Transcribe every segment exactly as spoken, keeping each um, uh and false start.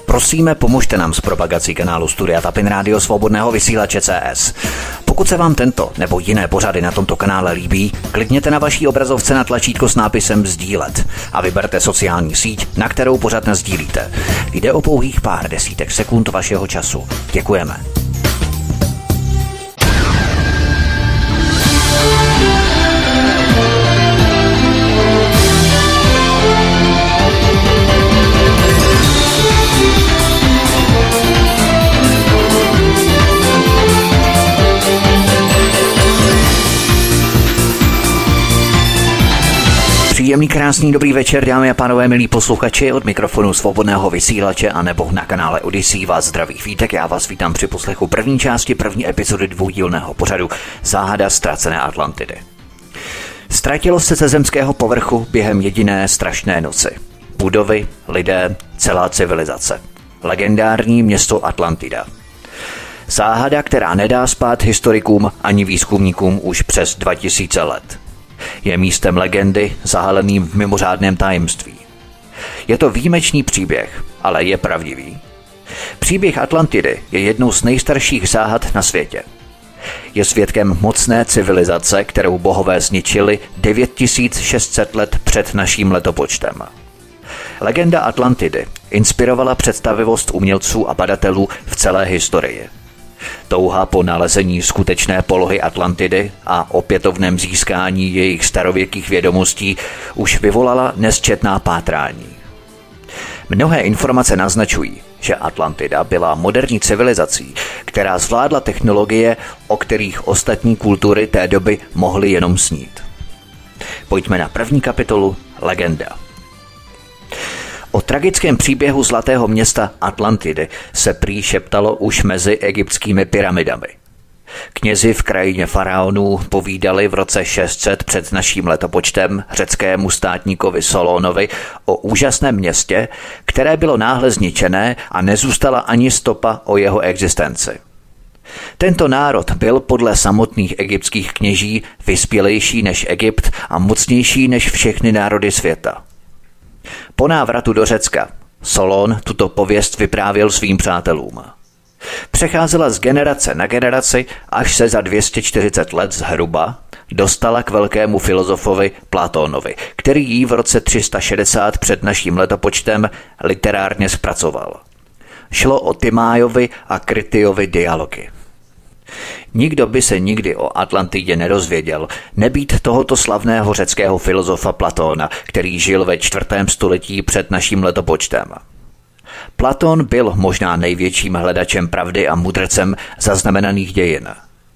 Prosíme, pomožte nám s propagací kanálu Studia Tapin Rádio Svobodného vysílače C S. Pokud se vám tento nebo jiné pořady na tomto kanále líbí, klikněte na vaší obrazovce na tlačítko s nápisem sdílet a vyberte sociální síť, na kterou pořad nasdílíte. Jde o pouhých pár desítek sekund vašeho času. Děkujeme. Příjemný, krásný, dobrý večer, dámy a pánové, milí posluchači, od mikrofonu Svobodného vysílače a nebo na kanále Odyssey vás zdraví Vítek. Já vás vítám při poslechu první části první epizody dvoudílného pořadu Záhada ztracené Atlantidy. Ztratilo se ze zemského povrchu během jediné strašné noci. Budovy, lidé, celá civilizace. Legendární město Atlantida. Záhada, která nedá spát historikům ani výzkumníkům už přes dva tisíce let. Je místem legendy zahaleným v mimořádném tajemství. Je to výjimečný příběh, ale je pravdivý. Příběh Atlantidy je jednou z nejstarších záhad na světě. Je svědkem mocné civilizace, kterou bohové zničili devět tisíc šest set let před naším letopočtem. Legenda Atlantidy inspirovala představivost umělců a badatelů v celé historii. Touha po nalezení skutečné polohy Atlantidy a opětovném získání jejich starověkých vědomostí už vyvolala nesčetná pátrání. Mnohé informace naznačují, že Atlantida byla moderní civilizací, která zvládla technologie, o kterých ostatní kultury té doby mohly jenom snít. Pojďme na první kapitolu Legenda. O tragickém příběhu zlatého města Atlantidy se prý šeptalo už mezi egyptskými pyramidami. Knězi v krajině faraonů povídali v roce šest set před naším letopočtem řeckému státníkovi Solónovi o úžasném městě, které bylo náhle zničené a nezůstala ani stopa o jeho existenci. Tento národ byl podle samotných egyptských kněží vyspělejší než Egypt a mocnější než všechny národy světa. Po návratu do Řecka Solón tuto pověst vyprávěl svým přátelům. Přecházela z generace na generaci, až se za dvě stě čtyřicet let zhruba dostala k velkému filozofovi Platónovi, který ji v roce tři sta šedesát před naším letopočtem literárně zpracoval. Šlo o Timájovi a Krytiovi dialogy. Nikdo by se nikdy o Atlantidě nerozvěděl, nebýt tohoto slavného řeckého filozofa Platóna, který žil ve čtvrtém století před naším letopočtem. Platón byl možná největším hledačem pravdy a mudrcem zaznamenaných dějin.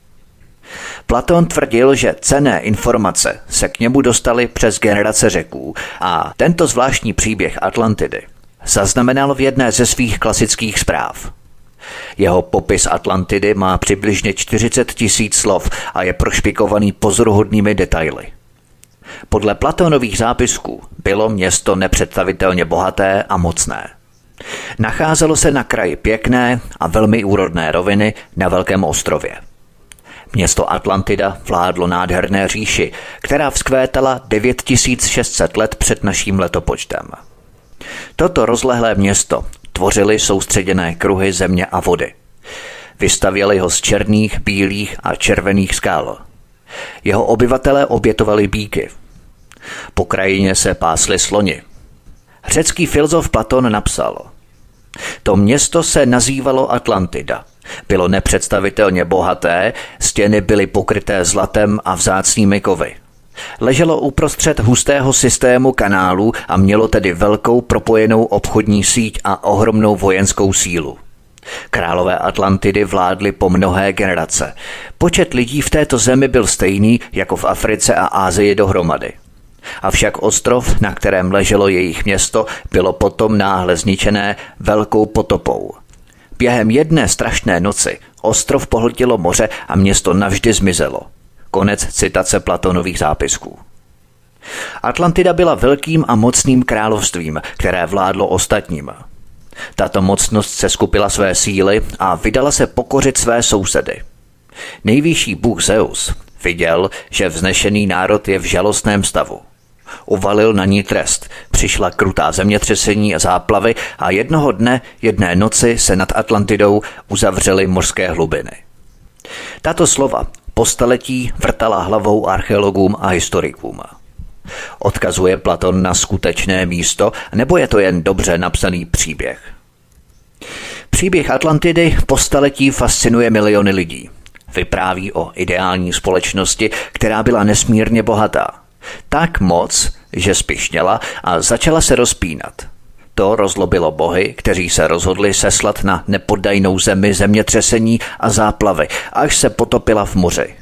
Platón tvrdil, že cenné informace se k němu dostaly přes generace Řeků a tento zvláštní příběh Atlantidy zaznamenal v jedné ze svých klasických zpráv. Jeho popis Atlantidy má přibližně čtyřicet tisíc slov a je prošpikovaný pozoruhodnými detaily. Podle Platónových zápisků bylo město nepředstavitelně bohaté a mocné. Nacházelo se na kraji pěkné a velmi úrodné roviny na velkém ostrově. Město Atlantida vládlo nádherné říši, která vzkvétala devět tisíc šest set let před naším letopočtem. Toto rozlehlé město tvořily soustředěné kruhy země a vody. Vystavěli ho z černých, bílých a červených skal. Jeho obyvatelé obětovali býky. Po krajině se pásli sloni. Řecký filozof Platón napsal: to město se nazývalo Atlantida. Bylo nepředstavitelně bohaté, stěny byly pokryté zlatem a vzácnými kovy. Leželo uprostřed hustého systému kanálů a mělo tedy velkou propojenou obchodní síť a ohromnou vojenskou sílu. Králové Atlantidy vládli po mnohé generace. Počet lidí v této zemi byl stejný jako v Africe a Asii dohromady. Avšak ostrov, na kterém leželo jejich město, bylo potom náhle zničené velkou potopou. Během jedné strašné noci ostrov pohltilo moře a město navždy zmizelo. Konec citace Platónových zápisků. Atlantida byla velkým a mocným královstvím, které vládlo ostatním. Tato mocnost se skupila své síly a vydala se pokořit své sousedy. Nejvyšší bůh Zeus viděl, že vznešený národ je v žalostném stavu. Uvalil na ní trest. Přišla krutá zemětřesení a záplavy a jednoho dne, jedné noci se nad Atlantidou uzavřely mořské hlubiny. Tato slova po staletí vrtala hlavou archeologům a historikům. Odkazuje Platon na skutečné místo, nebo je to jen dobře napsaný příběh? Příběh Atlantidy po staletí fascinuje miliony lidí. Vypráví o ideální společnosti, která byla nesmírně bohatá. Tak moc, že spyšněla a začala se rozpínat. To rozlobilo bohy, kteří se rozhodli seslat na nepoddajnou zemi zemětřesení a záplavy, až se potopila v moři.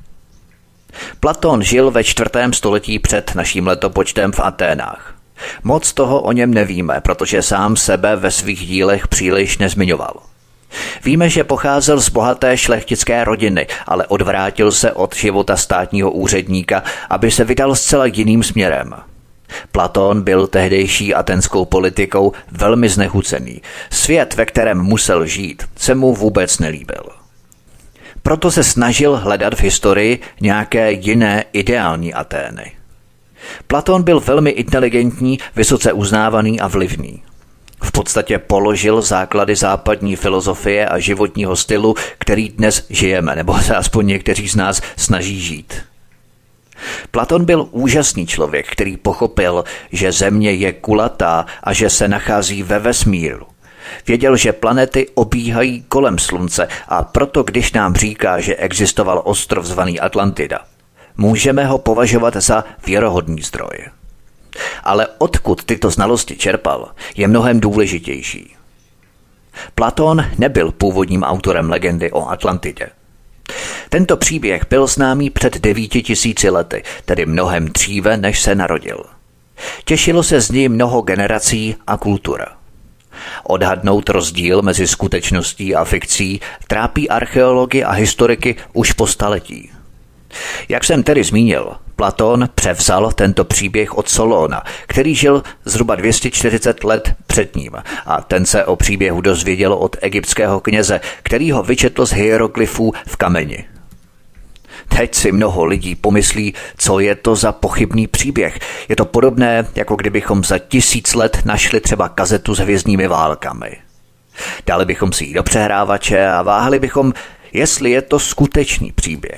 Platon žil ve čtvrtém století před naším letopočtem v Aténách. Moc toho o něm nevíme, protože sám sebe ve svých dílech příliš nezmiňoval. Víme, že pocházel z bohaté šlechtické rodiny, ale odvrátil se od života státního úředníka, aby se vydal zcela jiným směrem. Platon byl tehdejší atenskou politikou velmi znechucený. Svět, ve kterém musel žít, se mu vůbec nelíbil. Proto se snažil hledat v historii nějaké jiné ideální Atény. Platon byl velmi inteligentní, vysoce uznávaný a vlivný. V podstatě položil základy západní filozofie a životního stylu, který dnes žijeme, nebo se aspoň někteří z nás snaží žít. Platon byl úžasný člověk, který pochopil, že Země je kulatá a že se nachází ve vesmíru. Věděl, že planety obíhají kolem Slunce a proto, když nám říká, že existoval ostrov zvaný Atlantida, můžeme ho považovat za věrohodný zdroj. Ale odkud tyto znalosti čerpal, je mnohem důležitější. Platon nebyl původním autorem legendy o Atlantidě. Tento příběh byl známý před devíti tisíci lety, tedy mnohem dříve, než se narodil. Těšilo se z něj mnoho generací a kultur. Odhadnout rozdíl mezi skutečností a fikcí trápí archeology a historiky už po staletí. Jak jsem tedy zmínil, Platon převzal tento příběh od Solóna, který žil zhruba dvě stě čtyřicet let před ním a ten se o příběhu dozvěděl od egyptského kněze, který ho vyčetl z hieroglyfů v kameni. Teď si mnoho lidí pomyslí, co je to za pochybný příběh. Je to podobné, jako kdybychom za tisíc let našli třeba kazetu s hvězdními válkami. Dali bychom si ji do přehrávače a váhali bychom, jestli je to skutečný příběh.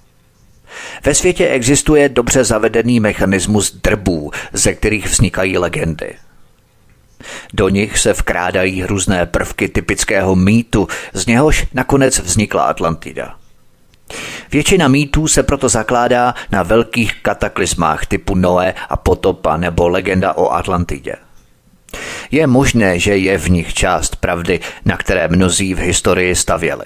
Ve světě existuje dobře zavedený mechanismus drbů, ze kterých vznikají legendy. Do nich se vkrádají různé prvky typického mýtu, z něhož nakonec vznikla Atlantida. Většina mýtů se proto zakládá na velkých kataklysmách typu Noé a potopa nebo legenda o Atlantidě. Je možné, že je v nich část pravdy, na které mnozí v historii stavěli.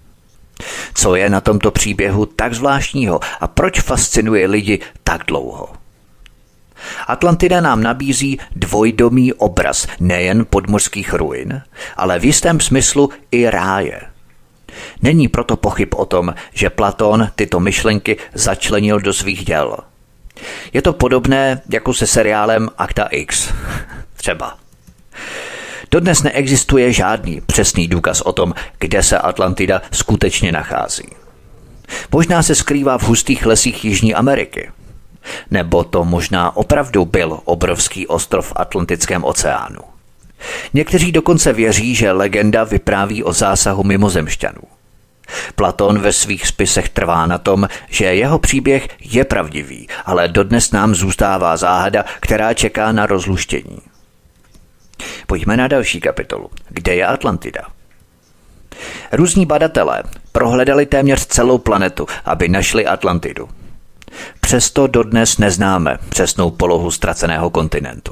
Co je na tomto příběhu tak zvláštního a proč fascinuje lidi tak dlouho? Atlantida nám nabízí dvojdomý obraz nejen podmořských ruin, ale v jistém smyslu i ráje. Není proto pochyb o tom, že Platon tyto myšlenky začlenil do svých děl. Je to podobné jako se seriálem Akta X. Třeba. Dodnes neexistuje žádný přesný důkaz o tom, kde se Atlantida skutečně nachází. Možná se skrývá v hustých lesích Jižní Ameriky. Nebo to možná opravdu byl obrovský ostrov v Atlantickém oceánu. Někteří dokonce věří, že legenda vypráví o zásahu mimozemšťanů. Platon ve svých spisech trvá na tom, že jeho příběh je pravdivý, ale dodnes nám zůstává záhada, která čeká na rozluštění. Pojďme na další kapitolu. Kde je Atlantida? Různí badatelé prohledali téměř celou planetu, aby našli Atlantidu. Přesto dodnes neznáme přesnou polohu ztraceného kontinentu.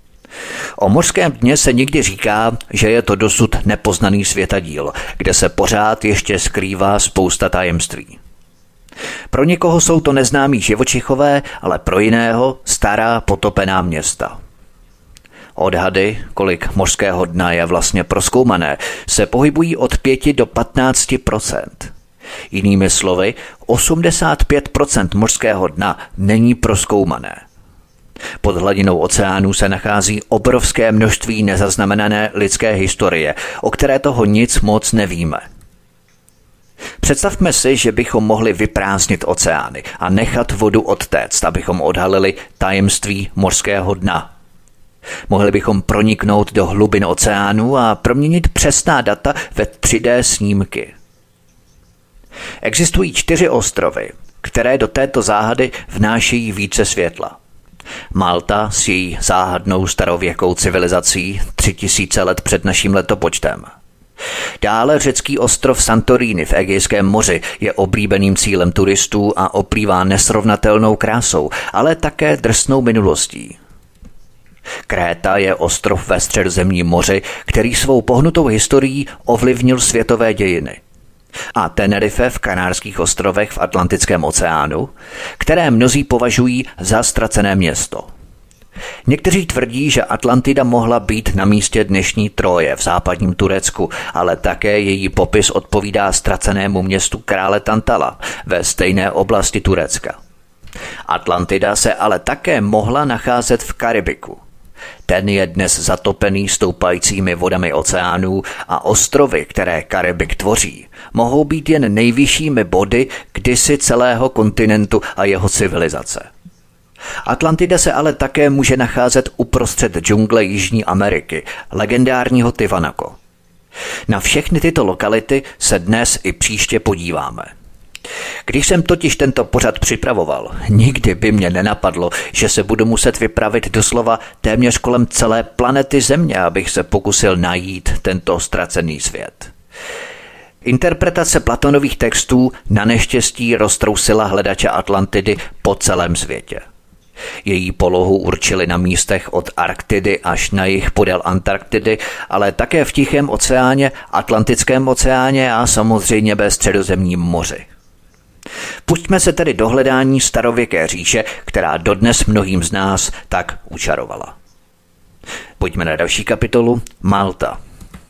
O mořském dně se někdy říká, že je to dosud nepoznaný světadíl, kde se pořád ještě skrývá spousta tajemství. Pro někoho jsou to neznámí živočichové, ale pro jiného stará potopená města. Odhady, kolik mořského dna je vlastně prozkoumané, se pohybují od pěti do patnácti procent. Jinými slovy, osmdesát pět procent mořského dna není prozkoumané. Pod hladinou oceánu se nachází obrovské množství nezaznamenané lidské historie, o které toho nic moc nevíme. Představme si, že bychom mohli vyprázdnit oceány a nechat vodu odtéct, abychom odhalili tajemství mořského dna. Mohli bychom proniknout do hlubin oceánu a proměnit přesná data ve tři dé snímky. Existují čtyři ostrovy, které do této záhady vnášejí více světla. Malta s její záhadnou starověkou civilizací tři tisíce let před naším letopočtem. Dále řecký ostrov Santorini v Egejském moři je oblíbeným cílem turistů a oplývá nesrovnatelnou krásou, ale také drsnou minulostí. Kréta je ostrov ve Středozemním moři, který svou pohnutou historií ovlivnil světové dějiny. A Tenerife v Kanárských ostrovech v Atlantickém oceánu, které mnozí považují za ztracené město. Někteří tvrdí, že Atlantida mohla být na místě dnešní Troje v západním Turecku, ale také její popis odpovídá ztracenému městu krále Tantala ve stejné oblasti Turecka. Atlantida se ale také mohla nacházet v Karibiku. Ten je dnes zatopený stoupajícími vodami oceánů a ostrovy, které Karibik tvoří, mohou být jen nejvyššími body kdysi celého kontinentu a jeho civilizace. Atlantida se ale také může nacházet uprostřed džungle Jižní Ameriky, legendárního Tiwanaku. Na všechny tyto lokality se dnes i příště podíváme. Když jsem totiž tento pořad připravoval, nikdy by mě nenapadlo, že se budu muset vypravit doslova téměř kolem celé planety Země, abych se pokusil najít tento ztracený svět. Interpretace Platonových textů na neštěstí roztrousila hledače Atlantidy po celém světě. Její polohu určili na místech od Arktidy až na jih podél Antarktidy, ale také v Tichém oceáně, Atlantickém oceáně a samozřejmě ve Středozemním moři. Pustíme se tedy do hledání starověké říše, která dodnes mnohým z nás tak učarovala. Pojďme na další kapitolu. Malta.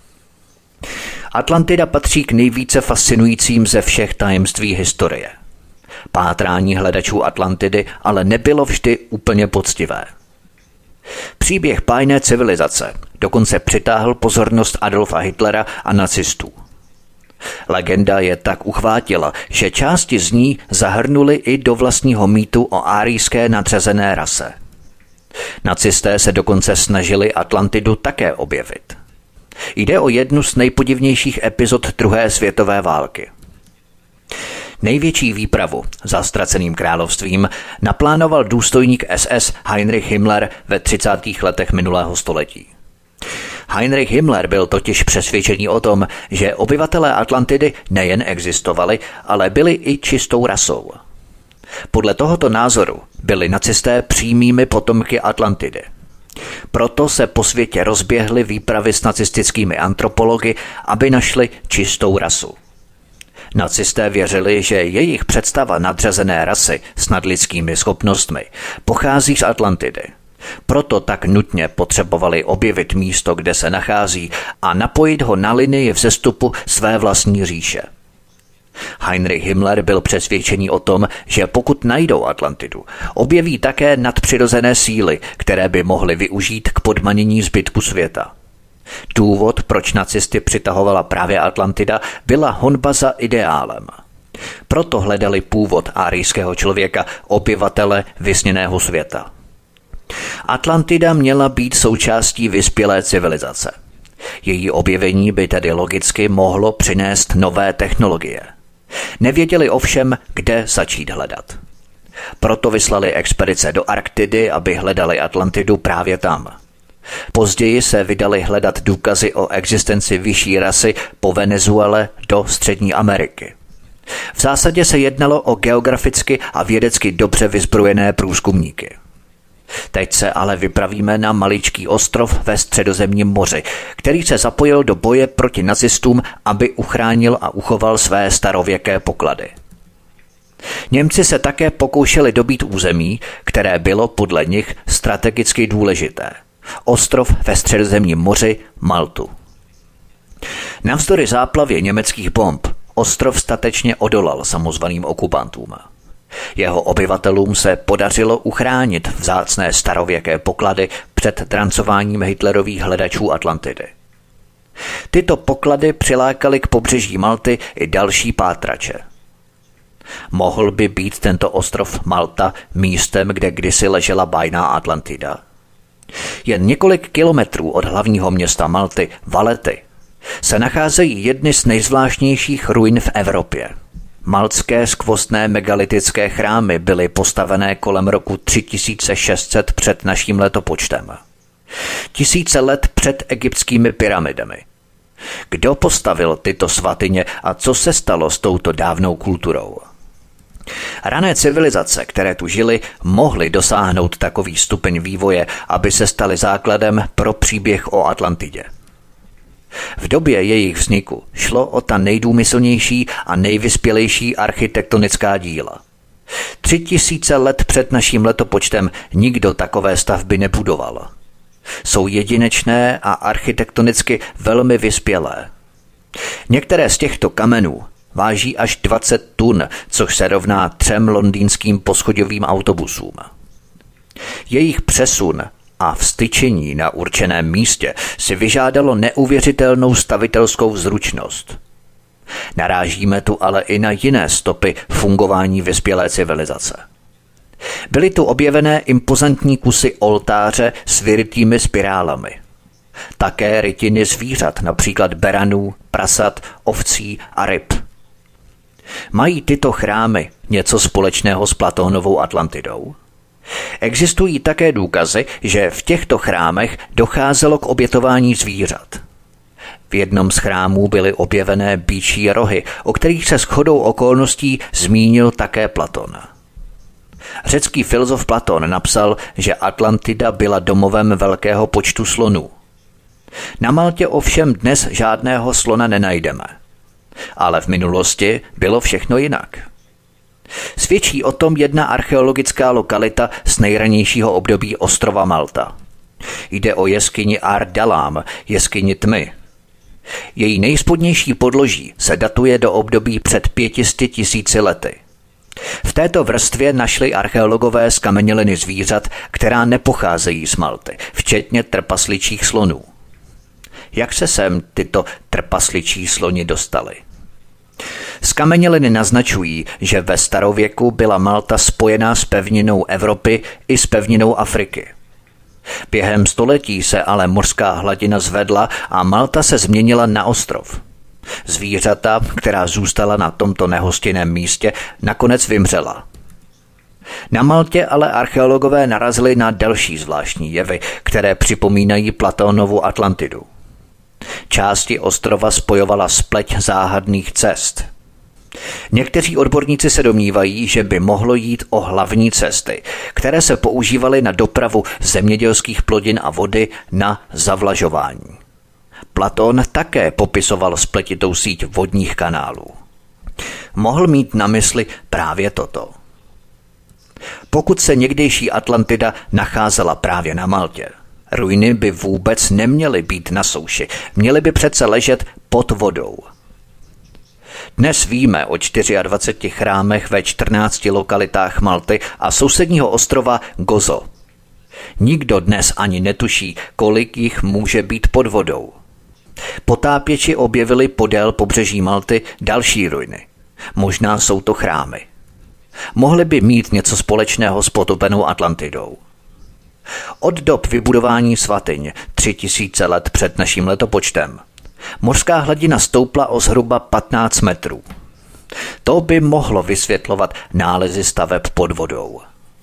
Atlantida patří k nejvíce fascinujícím ze všech tajemství historie. Pátrání hledačů Atlantidy ale nebylo vždy úplně poctivé. Příběh pájné civilizace dokonce přitáhl pozornost Adolfa Hitlera a nacistů. Legenda je tak uchvátila, že části z ní zahrnuli i do vlastního mýtu o árijské nadřazené rase. Nacisté se dokonce snažili Atlantidu také objevit. Jde o jednu z nejpodivnějších epizod druhé světové války. Největší výpravu za ztraceným královstvím naplánoval důstojník es es Heinrich Himmler ve třicátých letech minulého století. Heinrich Himmler byl totiž přesvědčený o tom, že obyvatelé Atlantidy nejen existovali, ale byli i čistou rasou. Podle tohoto názoru byli nacisté přímými potomky Atlantidy. Proto se po světě rozběhly výpravy s nacistickými antropology, aby našli čistou rasu. Nacisté věřili, že jejich představa nadřazené rasy s nadlidskými schopnostmi pochází z Atlantidy. Proto tak nutně potřebovali objevit místo, kde se nachází, a napojit ho na linii vzestupu své vlastní říše. Heinrich Himmler byl přesvědčený o tom, že pokud najdou Atlantidu, objeví také nadpřirozené síly, které by mohly využít k podmanění zbytku světa. Důvod, proč nacisty přitahovala právě Atlantida, byla honba za ideálem. Proto hledali původ árijského člověka, obyvatele vysněného světa. Atlantida měla být součástí vyspělé civilizace. Její objevení by tedy logicky mohlo přinést nové technologie. Nevěděli ovšem, kde začít hledat. Proto vyslali expedice do Arktidy, aby hledali Atlantidu právě tam. Později se vydali hledat důkazy o existenci vyšší rasy po Venezuele do Střední Ameriky. V zásadě se jednalo o geograficky a vědecky dobře vyzbrojené průzkumníky. Teď se ale vypravíme na maličký ostrov ve Středozemním moři, který se zapojil do boje proti nacistům, aby uchránil a uchoval své starověké poklady. Němci se také pokoušeli dobít území, které bylo podle nich strategicky důležité. Ostrov ve Středozemním moři Maltu. Navzdory záplavě německých bomb ostrov statečně odolal samozvaným okupantům. Jeho obyvatelům se podařilo uchránit vzácné starověké poklady před drancováním hitlerových hledačů Atlantidy. Tyto poklady přilákaly k pobřeží Malty i další pátrače. Mohl by být tento ostrov Malta místem, kde kdysi ležela bájná Atlantida? Jen několik kilometrů od hlavního města Malty, Valety, se nacházejí jedny z nejzvláštnějších ruin v Evropě. Maltské skvostné megalitické chrámy byly postavené kolem roku tři tisíce šest set před naším letopočtem. Tisíce let před egyptskými pyramidami. Kdo postavil tyto svatyně a co se stalo s touto dávnou kulturou? Rané civilizace, které tu žily, mohly dosáhnout takový stupeň vývoje, aby se staly základem pro příběh o Atlantidě. V době jejich vzniku šlo o ta nejdůmyslnější a nejvyspělejší architektonická díla. Tři tisíce let před naším letopočtem nikdo takové stavby nebudoval. Jsou jedinečné a architektonicky velmi vyspělé. Některé z těchto kamenů váží až dvacet tun, což se rovná třem londýnským poschodovým autobusům. Jejich přesun a vstyčení na určeném místě si vyžádalo neuvěřitelnou stavitelskou zručnost. Narážíme tu ale i na jiné stopy fungování vyspělé civilizace. Byly tu objevené impozantní kusy oltáře s vyrytými spirálami. Také rytiny zvířat, například beranů, prasat, ovcí a ryb. Mají tyto chrámy něco společného s Platónovou Atlantidou? Existují také důkazy, že v těchto chrámech docházelo k obětování zvířat. V jednom z chrámů byly objevené býčí rohy, o kterých se shodou okolností zmínil také Platon. Řecký filozof Platon napsal, že Atlantida byla domovem velkého počtu slonů. Na Maltě ovšem dnes žádného slona nenajdeme. Ale v minulosti bylo všechno jinak. Svědčí o tom jedna archeologická lokalita z nejranějšího období ostrova Malta. Jde o jeskyni Ar-Dalam, jeskyni tmy. Její nejspodnější podloží se datuje do období před pětisty tisíci lety. V této vrstvě našli archeologové zkameněliny zvířat, která nepocházejí z Malty, včetně trpasličích slonů. Jak se sem tyto trpasličí sloni dostaly? Zkameněliny naznačují, že ve starověku byla Malta spojená s pevninou Evropy i s pevninou Afriky. Během století se ale mořská hladina zvedla a Malta se změnila na ostrov. Zvířata, která zůstala na tomto nehostinném místě, nakonec vymřela. Na Maltě ale archeologové narazili na další zvláštní jevy, které připomínají Platónovu Atlantidu. Části ostrova spojovala spleť záhadných cest. Někteří odborníci se domnívají, že by mohlo jít o hlavní cesty, které se používaly na dopravu zemědělských plodin a vody na zavlažování. Platón také popisoval spletitou síť vodních kanálů. Mohl mít na mysli právě toto. Pokud se někdejší Atlantida nacházela právě na Maltě, ruiny by vůbec neměly být na souši, měly by přece ležet pod vodou. Dnes víme o dvaceti čtyřech chrámech ve čtrnácti lokalitách Malty a sousedního ostrova Gozo. Nikdo dnes ani netuší, kolik jich může být pod vodou. Potápěči objevili podél pobřeží Malty další ruiny. Možná jsou to chrámy. Mohly by mít něco společného s potopenou Atlantidou. Od dob vybudování svatyň tři tisíce let před naším letopočtem mořská hladina stoupla o zhruba patnáct metrů. To by mohlo vysvětlovat nálezy staveb pod vodou.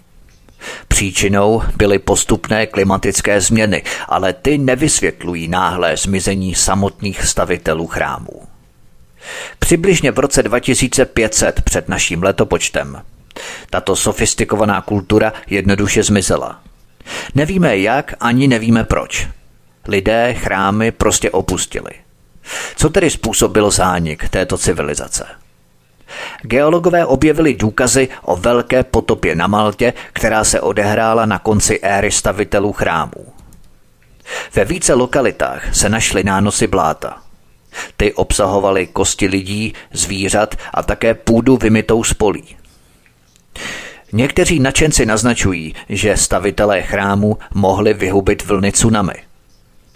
Příčinou byly postupné klimatické změny, ale ty nevysvětlují náhlé zmizení samotných stavitelů chrámů. Přibližně v roce dva tisíce pět set před naším letopočtem tato sofistikovaná kultura jednoduše zmizela. Nevíme jak, ani nevíme proč. Lidé chrámy prostě opustili. Co tedy způsobilo zánik této civilizace? Geologové objevili důkazy o velké potopě na Maltě, která se odehrála na konci éry stavitelů chrámů. Ve více lokalitách se našly nánosy bláta. Ty obsahovaly kosti lidí, zvířat a také půdu vymytou z polí. Někteří nadšenci naznačují, že stavitelé chrámů mohli vyhubit vlny tsunami.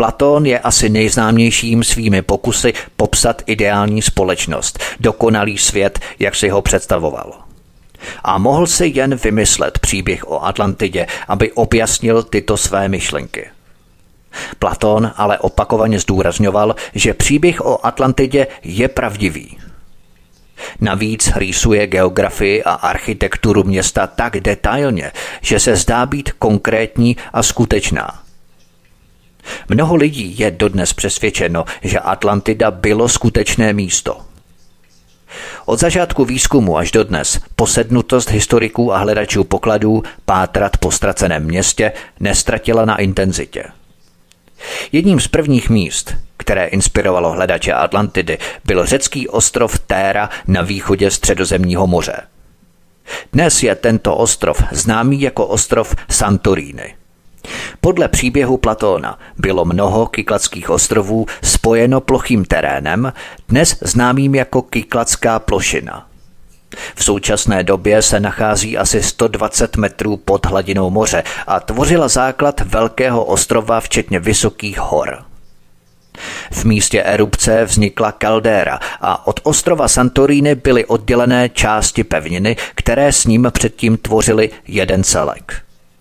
Platón je asi nejznámějším svými pokusy popsat ideální společnost, dokonalý svět, jak si ho představoval. A mohl si jen vymyslet příběh o Atlantidě, aby objasnil tyto své myšlenky. Platón ale opakovaně zdůrazňoval, že příběh o Atlantidě je pravdivý. Navíc rýsuje geografii a architekturu města tak detailně, že se zdá být konkrétní a skutečná. Mnoho lidí je dodnes přesvědčeno, že Atlantida bylo skutečné místo. Od začátku výzkumu až dodnes posednutost historiků a hledačů pokladů pátrat po ztraceném městě nestratila na intenzitě. Jedním z prvních míst, které inspirovalo hledače Atlantidy, byl řecký ostrov Téra na východě Středozemního moře. Dnes je tento ostrov známý jako ostrov Santorini. Podle příběhu Platóna bylo mnoho kykladských ostrovů spojeno plochým terénem, dnes známým jako Kykladská plošina. V současné době se nachází asi sto dvacet metrů pod hladinou moře a tvořila základ velkého ostrova včetně vysokých hor. V místě erupce vznikla kaldéra a od ostrova Santorini byly oddělené části pevniny, které s ním předtím tvořily jeden celek.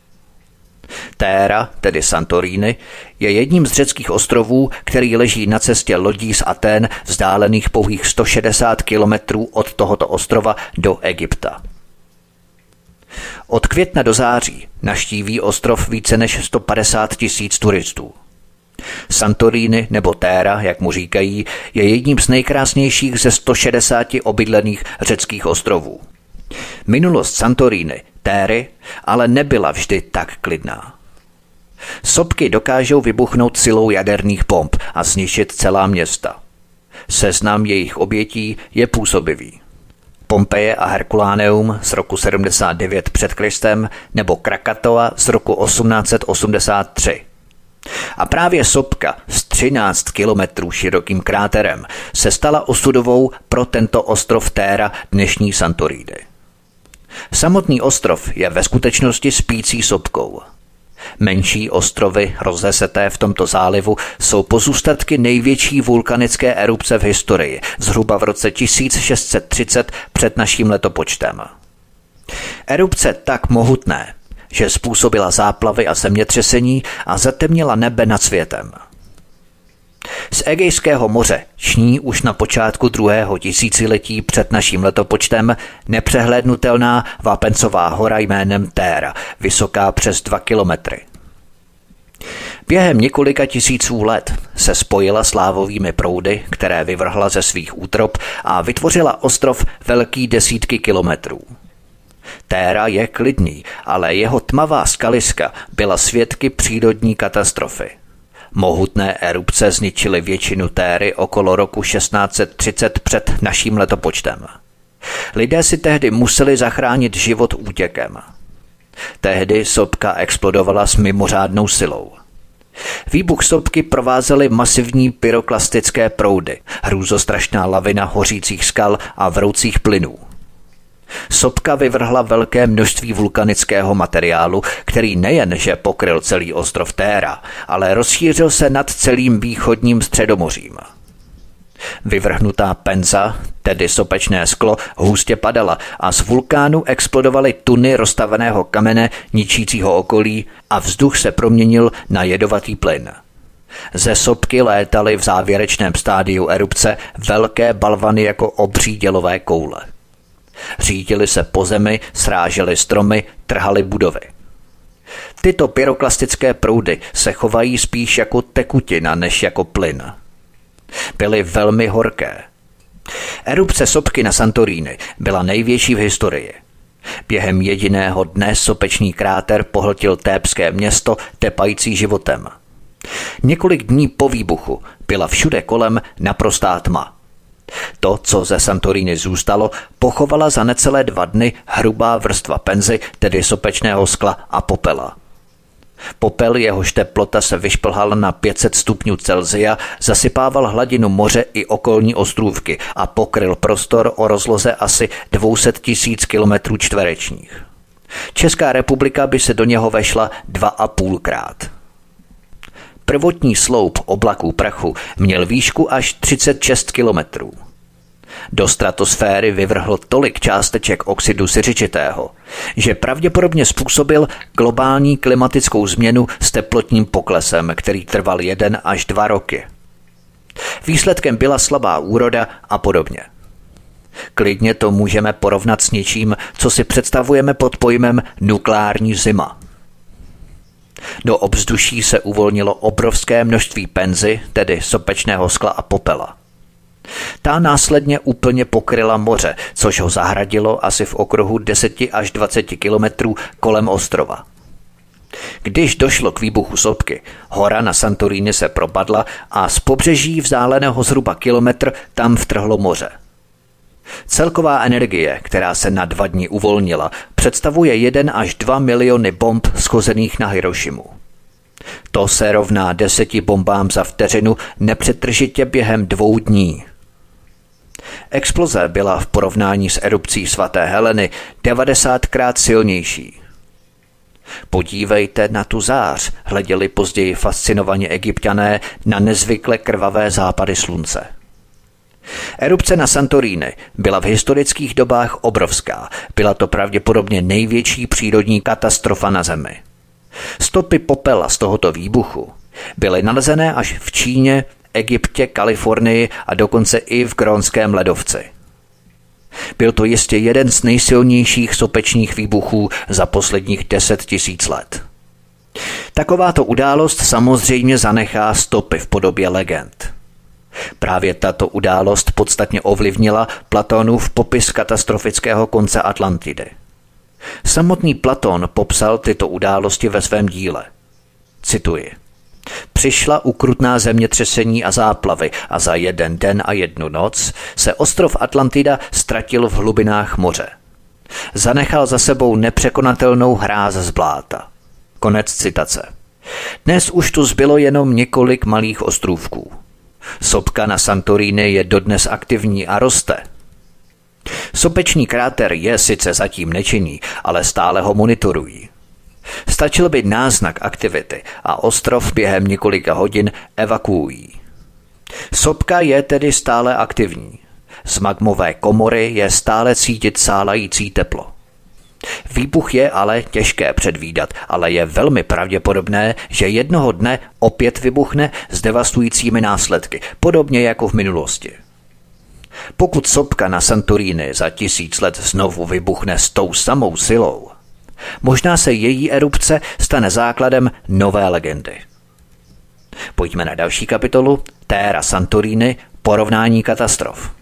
Téra, tedy Santorini, je jedním z řeckých ostrovů, který leží na cestě lodí z Atén vzdálených pouhých sto šedesát kilometrů od tohoto ostrova do Egypta. Od května do září navštíví ostrov více než sto padesát tisíc turistů. Santorini nebo Téra, jak mu říkají, je jedním z nejkrásnějších ze sto šedesáti obydlených řeckých ostrovů. Minulost Santorini, Téry, ale nebyla vždy tak klidná. Sopky dokážou vybuchnout silou jaderných bomb a zničit celá města. Seznam jejich obětí je působivý. Pompeje a Herkuláneum z roku sedmdesát devět před Kristem nebo Krakatoa z roku osmnáct osmdesát tři. A právě sopka s třináct kilometrů širokým kráterem se stala osudovou pro tento ostrov Téra, dnešní Santorini. Samotný ostrov je ve skutečnosti spící sopkou. Menší ostrovy rozeseté v tomto zálivu jsou pozůstatky největší vulkanické erupce v historii, zhruba v roce tisíc šest set třicet před naším letopočtem. Erupce tak mohutné, že způsobila záplavy a zemětřesení a zatemnila nebe nad světem. Z Egejského moře ční už na počátku druhého tisíciletí před naším letopočtem nepřehlédnutelná vápencová hora jménem Téra, vysoká přes dva kilometry. Během několika tisíců let se spojila s lávovými proudy, které vyvrhla ze svých útrop a vytvořila ostrov velký desítky kilometrů. Téra je klidný, ale jeho tmavá skaliska byla svědky přírodní katastrofy. Mohutné erupce zničily většinu Téry okolo roku šestnáct set třicet před naším letopočtem. Lidé si tehdy museli zachránit život útěkem. Tehdy sopka explodovala s mimořádnou silou. Výbuch sopky provázely masivní pyroklastické proudy, hrůzostrašná lavina hořících skal a vroucích plynů. Sopka vyvrhla velké množství vulkanického materiálu, který nejenže pokryl celý ostrov Téra, ale rozšířil se nad celým východním Středomořím. Vyvrhnutá penza, tedy sopečné sklo, hustě padala a z vulkánu explodovaly tuny roztaveného kamene ničícího okolí a vzduch se proměnil na jedovatý plyn. Ze sopky létaly v závěrečném stádiu erupce velké balvany jako obří dělové koule. Řítily se po zemi, srážely stromy, trhaly budovy. Tyto pyroklastické proudy se chovají spíš jako tekutina než jako plyn. Byly velmi horké. Erupce sopky na Santorini byla největší v historii. Během jediného dne sopečný kráter pohltil thébské město tepající životem. Několik dní po výbuchu byla všude kolem naprostá tma. To, co ze Santorini zůstalo, pochovala za necelé dva dny hrubá vrstva penzy, tedy sopečného skla a popela. Popel, jehož teplota se vyšplhala na pět set stupňů Celsia, zasypával hladinu moře i okolní ostrůvky a pokryl prostor o rozloze asi dvě stě tisíc kilometrů čtverečních. Česká republika by se do něho vešla dva a půlkrát. Prvotní sloup oblaků prachu měl výšku až třicet šest kilometrů. Do stratosféry vyvrhl tolik částeček oxidu siřičitého, že pravděpodobně způsobil globální klimatickou změnu s teplotním poklesem, který trval jeden až dva roky. Výsledkem byla slabá úroda a podobně. Klidně to můžeme porovnat s něčím, co si představujeme pod pojmem nukleární zima. Do ovzduší se uvolnilo obrovské množství penzy, tedy sopečného skla a popela. Ta následně úplně pokryla moře, což ho zahradilo asi v okruhu deset až dvacet kilometrů kolem ostrova. Když došlo k výbuchu sopky, hora na Santorini se propadla a z pobřeží vzdáleného zhruba kilometr tam vtrhlo moře. Celková energie, která se na dva dny uvolnila, představuje jeden až dva miliony bomb schozených na Hirošimu. To se rovná deseti bombám za vteřinu nepřetržitě během dvou dní. Exploze byla v porovnání s erupcí svaté Heleny devadesátkrát silnější. Podívejte na tu zář, hleděli později fascinovaně Egypťané na nezvykle krvavé západy slunce. Erupce na Santorini byla v historických dobách obrovská. Byla to pravděpodobně největší přírodní katastrofa na Zemi. Stopy popela z tohoto výbuchu byly nalezené až v Číně, Egyptě, Kalifornii a dokonce i v Grónském ledovci. Byl to jistě jeden z nejsilnějších sopečných výbuchů za posledních deset tisíc let. Takováto událost samozřejmě zanechá stopy v podobě legend. Právě tato událost podstatně ovlivnila Platónův popis katastrofického konce Atlantidy. Samotný Platón popsal tyto události ve svém díle. Cituji. Přišla ukrutná zemětřesení a záplavy a za jeden den a jednu noc se ostrov Atlantida ztratil v hlubinách moře. Zanechal za sebou nepřekonatelnou hráz z bláta. Konec citace. Dnes už tu zbylo jenom několik malých ostrůvků. Sopka na Santorini je dodnes aktivní a roste. Sopečný kráter je sice zatím nečinný, ale stále ho monitorují. Stačil by náznak aktivity a ostrov během několika hodin evakuují. Sopka je tedy stále aktivní. Z magmové komory je stále cítit sálající teplo. Výbuch je ale těžké předvídat, ale je velmi pravděpodobné, že jednoho dne opět vybuchne s devastujícími následky, podobně jako v minulosti. Pokud sopka na Santorini za tisíc let znovu vybuchne s tou samou silou, možná se její erupce stane základem nové legendy. Pojďme na další kapitolu, Terra Santorini, porovnání katastrof.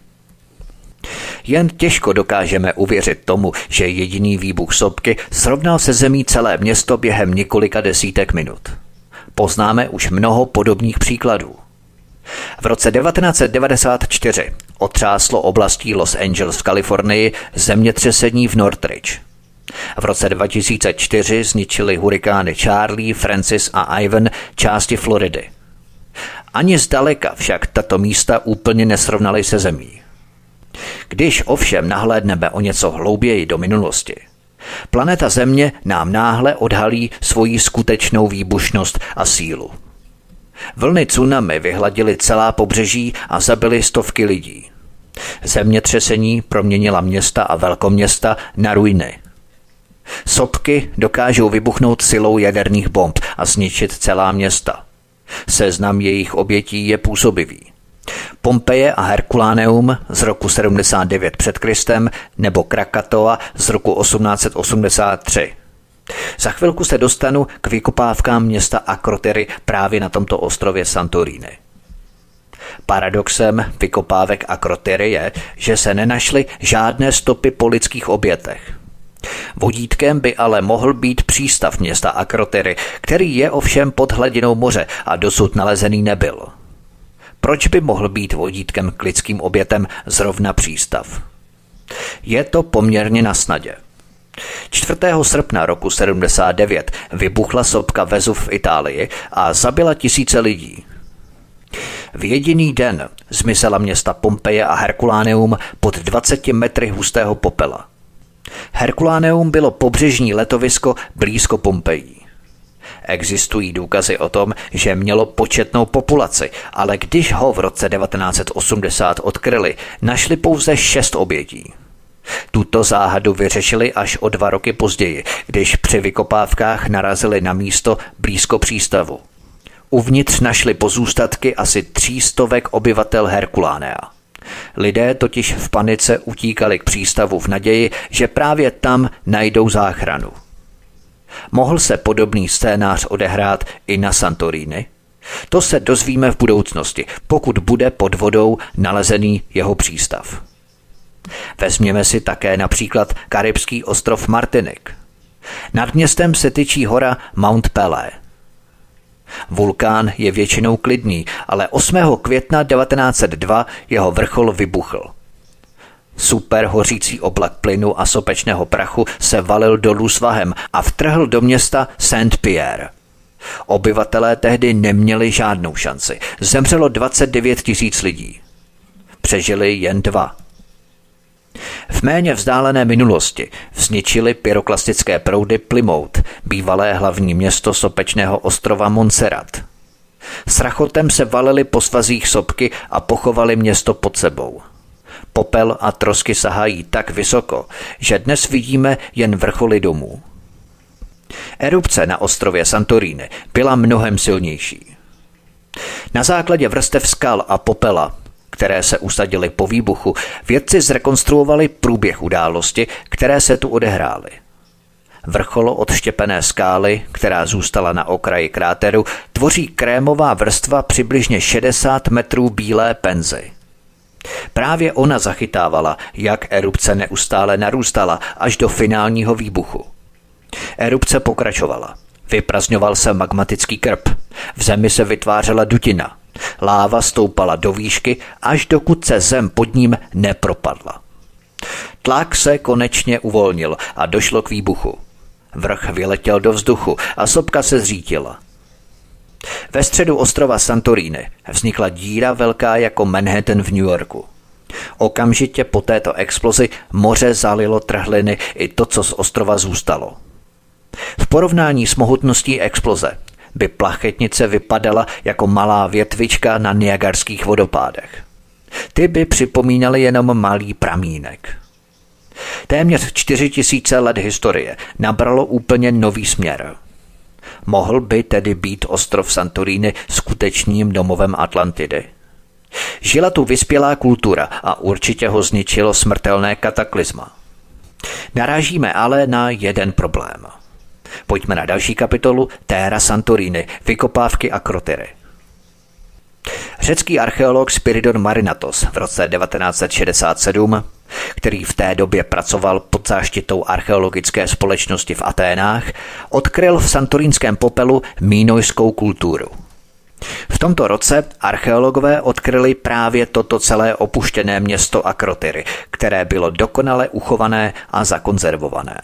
Jen těžko dokážeme uvěřit tomu, že jediný výbuch sopky srovnal se zemí celé město během několika desítek minut. Poznáme už mnoho podobných příkladů. V roce devatenáct set devadesát čtyři otřáslo oblastí Los Angeles v Kalifornii zemětřesení v Northridge. V roce dva tisíce čtyři zničily hurikány Charlie, Francis a Ivan části Floridy. Ani zdaleka však tato místa úplně nesrovnaly se zemí. Když ovšem nahlédneme o něco hlouběji do minulosti, planeta Země nám náhle odhalí svoji skutečnou výbušnost a sílu. Vlny tsunami vyhladily celá pobřeží a zabily stovky lidí. Zemětřesení proměnila města a velkoměsta na ruiny. Sopky dokážou vybuchnout silou jaderných bomb a zničit celá města. Seznam jejich obětí je působivý. Pompeje a Herkuláneum z roku sedmdesát devět před Kristem nebo Krakatoa z roku osmnáct set osmdesát tři. Za chvilku se dostanu k vykopávkám města Akrotyry právě na tomto ostrově Santorini. Paradoxem vykopávek Akrotyry je, že se nenašly žádné stopy po lidských obětech. Vodítkem by ale mohl být přístav města Akrotyry, který je ovšem pod hladinou moře a dosud nalezený nebyl. Proč by mohl být vodítkem k lidským obětem zrovna přístav? Je to poměrně na snadě. čtvrtého srpna roku sedmdesát devět vybuchla sopka Vezuv v Itálii a zabila tisíce lidí. V jediný den zmizela města Pompeje a Herkuláneum pod dvaceti metry hustého popela. Herkuláneum bylo pobřežní letovisko blízko Pompejí. Existují důkazy o tom, že mělo početnou populaci, ale když ho v roce devatenáct set osmdesát odkryli, našli pouze šest obětí. Tuto záhadu vyřešili až o dva roky později, když při vykopávkách narazili na místo blízko přístavu. Uvnitř našli pozůstatky asi třístovek obyvatel Herkulánea. Lidé totiž v panice utíkali k přístavu v naději, že právě tam najdou záchranu. Mohl se podobný scénář odehrát i na Santorini? To se dozvíme v budoucnosti, pokud bude pod vodou nalezený jeho přístav. Vezměme si také například karibský ostrov Martinik. Nad městem se tyčí hora Mount Pelé. Vulkán je většinou klidný, ale osmého května devatenáct set dva jeho vrchol vybuchl. Super hořící oblak plynu a sopečného prachu se valil dolů svahem a vtrhl do města Saint-Pierre. Obyvatelé tehdy neměli žádnou šanci. Zemřelo dvacet devět tisíc lidí. Přežili jen dva. V méně vzdálené minulosti zničili pyroklastické proudy Plymouth, bývalé hlavní město sopečného ostrova Montserrat. S rachotem se valily po svazích sopky a pochovali město pod sebou. Popel a trosky sahají tak vysoko, že dnes vidíme jen vrcholy domů. Erupce na ostrově Santorini byla mnohem silnější. Na základě vrstev skal a popela, které se usadily po výbuchu, vědci zrekonstruovali průběh události, které se tu odehrály. Vrcholo odštěpené skály, která zůstala na okraji kráteru, tvoří krémová vrstva přibližně šedesát metrů bílé penzy. Právě ona zachytávala, jak erupce neustále narůstala až do finálního výbuchu. Erupce pokračovala. Vyprazňoval se magmatický krb. V zemi se vytvářela dutina. Láva stoupala do výšky, až dokud se zem pod ním nepropadla. Tlak se konečně uvolnil a došlo k výbuchu. Vrch vyletěl do vzduchu a sopka se zřítila. Ve středu ostrova Santorini vznikla díra velká jako Manhattan v New Yorku. Okamžitě po této explozi moře zalilo trhliny i to, co z ostrova zůstalo. V porovnání s mohutností exploze by plachetnice vypadala jako malá větvička na Niagarských vodopádech. Ty by připomínaly jenom malý pramínek. Téměř čtyři tisíce let historie nabralo úplně nový směr. Mohl by tedy být ostrov Santorini skutečným domovem Atlantidy. Žila tu vyspělá kultura a určitě ho zničilo smrtelné kataklizma. Narážíme ale na jeden problém. Pojďme na další kapitolu Terra Santorini, vykopávky a krotyry. Řecký archeolog Spiridon Marinatos v roce devatenáct set šedesát sedm, který v té době pracoval pod záštitou archeologické společnosti v Aténách, odkryl v santorínském popelu mínojskou kulturu. V tomto roce archeologové odkryli právě toto celé opuštěné město Akrotyry, které bylo dokonale uchované a zakonzervované.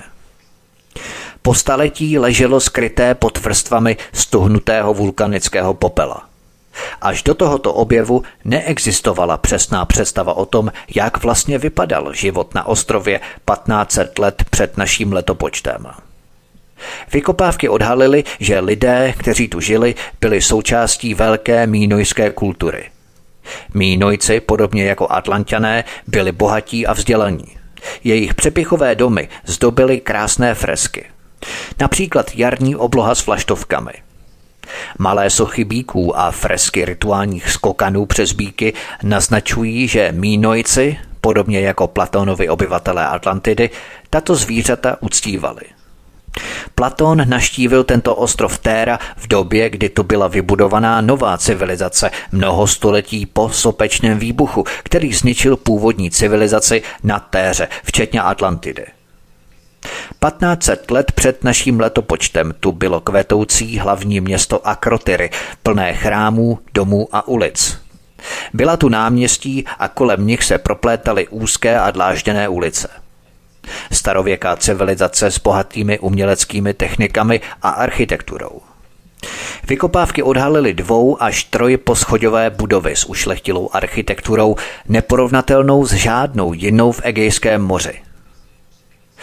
Po staletí leželo skryté pod vrstvami stuhnutého vulkanického popela. Až do tohoto objevu neexistovala přesná představa o tom, jak vlastně vypadal život na ostrově patnáct set let před naším letopočtem. Vykopávky odhalily, že lidé, kteří tu žili, byli součástí velké mínojské kultury. Mínojci, podobně jako Atlanťané, byli bohatí a vzdělaní. Jejich přepichové domy zdobily krásné fresky. Například jarní obloha s flaštovkami. Malé sochy býků a fresky rituálních skokanů přes býky naznačují, že Mínojci, podobně jako Platónovi obyvatelé Atlantidy, tato zvířata uctívali. Platón navštívil tento ostrov Terra v době, kdy tu byla vybudovaná nová civilizace mnoho století po sopečném výbuchu, který zničil původní civilizaci na Téře, včetně Atlantidy. patnáct set let před naším letopočtem tu bylo kvetoucí hlavní město Akrotyry, plné chrámů, domů a ulic. Byla tu náměstí a kolem nich se proplétaly úzké a dlážděné ulice. Starověká civilizace s bohatými uměleckými technikami a architekturou. Vykopávky odhalily dvou až trojposchodové budovy s ušlechtilou architekturou, neporovnatelnou s žádnou jinou v Egejském moři.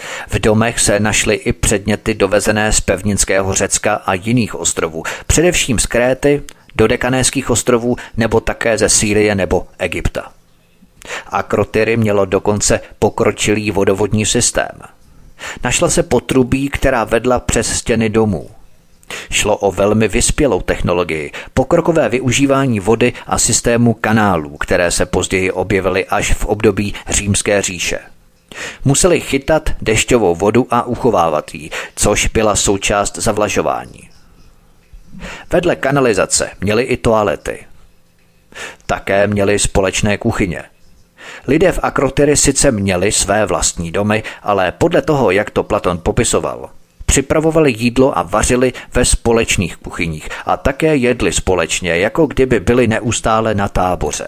V domech se našly i předměty dovezené z pevninského Řecka a jiných ostrovů, především z Kréty, Dodekanéských ostrovů nebo také ze Sýrie nebo Egypta. Akrotyry mělo dokonce pokročilý vodovodní systém. Našla se potrubí, která vedla přes stěny domů. Šlo o velmi vyspělou technologii, pokrokové využívání vody a systému kanálů, které se později objevily až v období Římské říše. Museli chytat dešťovou vodu a uchovávat ji, což byla součást zavlažování. Vedle kanalizace měli i toalety. Také měli společné kuchyně. Lidé v Akrotyry sice měli své vlastní domy, ale podle toho, jak to Platon popisoval, připravovali jídlo a vařili ve společných kuchyních a také jedli společně, jako kdyby byli neustále na táboře.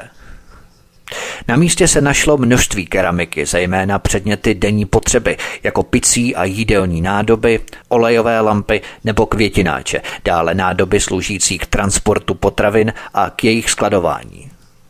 Na místě se našlo množství keramiky, zejména předměty denní potřeby, jako picí a jídelní nádoby, olejové lampy nebo květináče, dále nádoby sloužící k transportu potravin a k jejich skladování.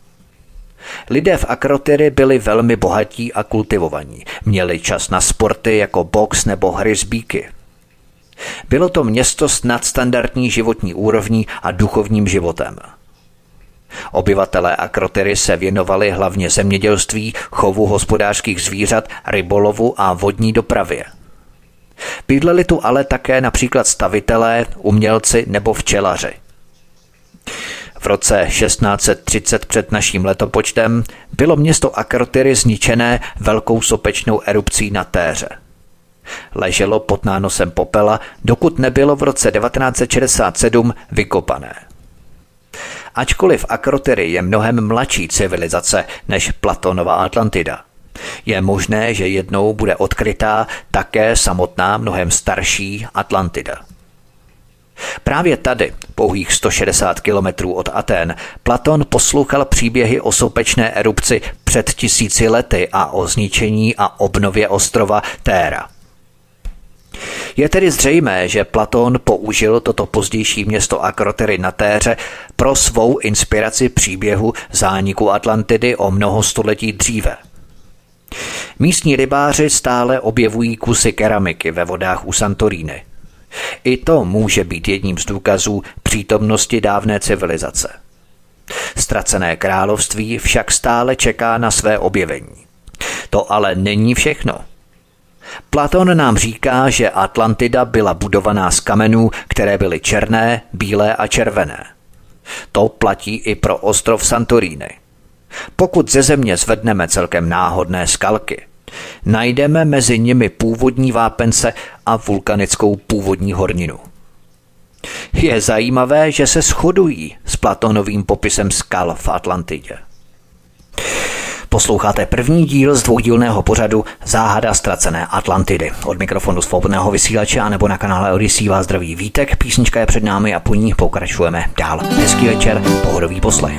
Lidé v Akrotyry byli velmi bohatí a kultivovaní, měli čas na sporty jako box nebo hry s býky. Bylo to město s nadstandardní životní úrovní a duchovním životem. Obyvatelé Akrotyry se věnovali hlavně zemědělství, chovu hospodářských zvířat, rybolovu a vodní dopravě. Bydleli tu ale také například stavitelé, umělci nebo včelaři. V roce šestnáct set třicet před naším letopočtem bylo město Akrotyry zničené velkou sopečnou erupcí na Téře. Leželo pod nánosem popela, dokud nebylo v roce devatenáct set šedesát sedm vykopané. Ačkoliv Akrotyry je mnohem mladší civilizace než Platonova Atlantida, je možné, že jednou bude odkrytá také samotná mnohem starší Atlantida. Právě tady, pouhých sto šedesát kilometrů od Athén, Platon poslouchal příběhy o sopečné erupci před tisíci lety a o zničení a obnově ostrova Téra. Je tedy zřejmé, že Platon použil toto pozdější město Akrotyry na Téře pro svou inspiraci příběhu zániku Atlantidy o mnoho století dříve. Místní rybáři stále objevují kusy keramiky ve vodách u Santoríny. I to může být jedním z důkazů přítomnosti dávné civilizace. Ztracené království však stále čeká na své objevení. To ale není všechno. Platon nám říká, že Atlantida byla budovaná z kamenů, které byly černé, bílé a červené. To platí i pro ostrov Santorini. Pokud ze země zvedneme celkem náhodné skalky, najdeme mezi nimi původní vápence a vulkanickou původní horninu. Je zajímavé, že se shodují s Platonovým popisem skal v Atlantidě. Posloucháte první díl z dvoudílného pořadu Záhada ztracené Atlantidy. Od mikrofonu Svobodného vysílače a nebo na kanále Odyssey vás zdraví Vítek, písnička je před námi a po ní pokračujeme dál. Hezký večer, pohodový poslech.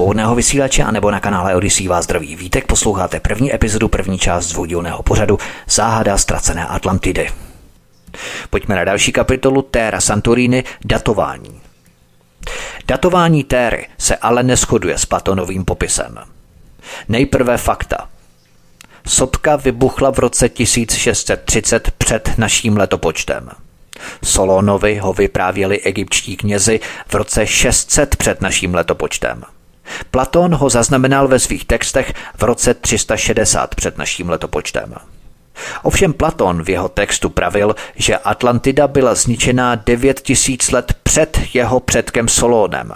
Svobodného vysílače a nebo na kanále Odyssey vás zdraví Vítek. Posloucháte první epizodu, první část dvoudílného pořadu Záhada ztracené Atlantidy. Pojďme na další kapitolu Terra Santorini, datování. Datování Téry se ale neshoduje s Platonovým popisem. Nejprve fakta. Sopka vybuchla v roce tisíc šest set třicet před naším letopočtem. Solónovi ho vyprávěli egyptští knězi v roce šest set před naším letopočtem. Platón ho zaznamenal ve svých textech v roce tři sta šedesát před naším letopočtem. Ovšem Platón v jeho textu pravil, že Atlantida byla zničená devět tisíc let před jeho předkem Solónem.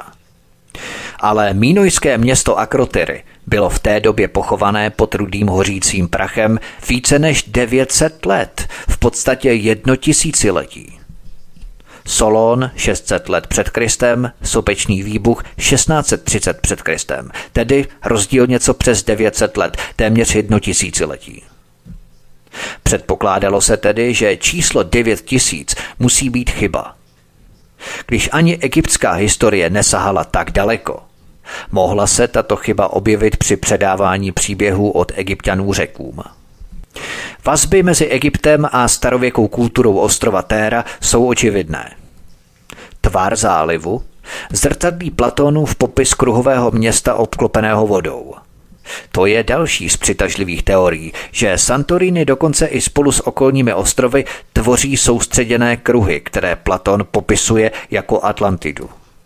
Ale mínojské město Akrotyry bylo v té době pochované pod rudým hořícím prachem více než devět set let, v podstatě jedno tisíciletí. Solón šest set let před Kristem, sopečný výbuch šestnáct set třicet před Kristem, tedy rozdíl něco přes devět set let, téměř jedno tisíciletí. Předpokládalo se tedy, že číslo devět tisíc musí být chyba. Když ani egyptská historie nesahala tak daleko, mohla se tato chyba objevit při předávání příběhů od Egypťanů Řekům. Vazby mezi Egyptem a starověkou kulturou ostrova Téra jsou očividné. Tvar zálivu zrcadlí Platónův popis kruhového města obklopeného vodou. To je další z přitažlivých teorií, že Santorini dokonce i spolu s okolními ostrovy tvoří soustředěné kruhy, které Platón popisuje jako Atlantidu.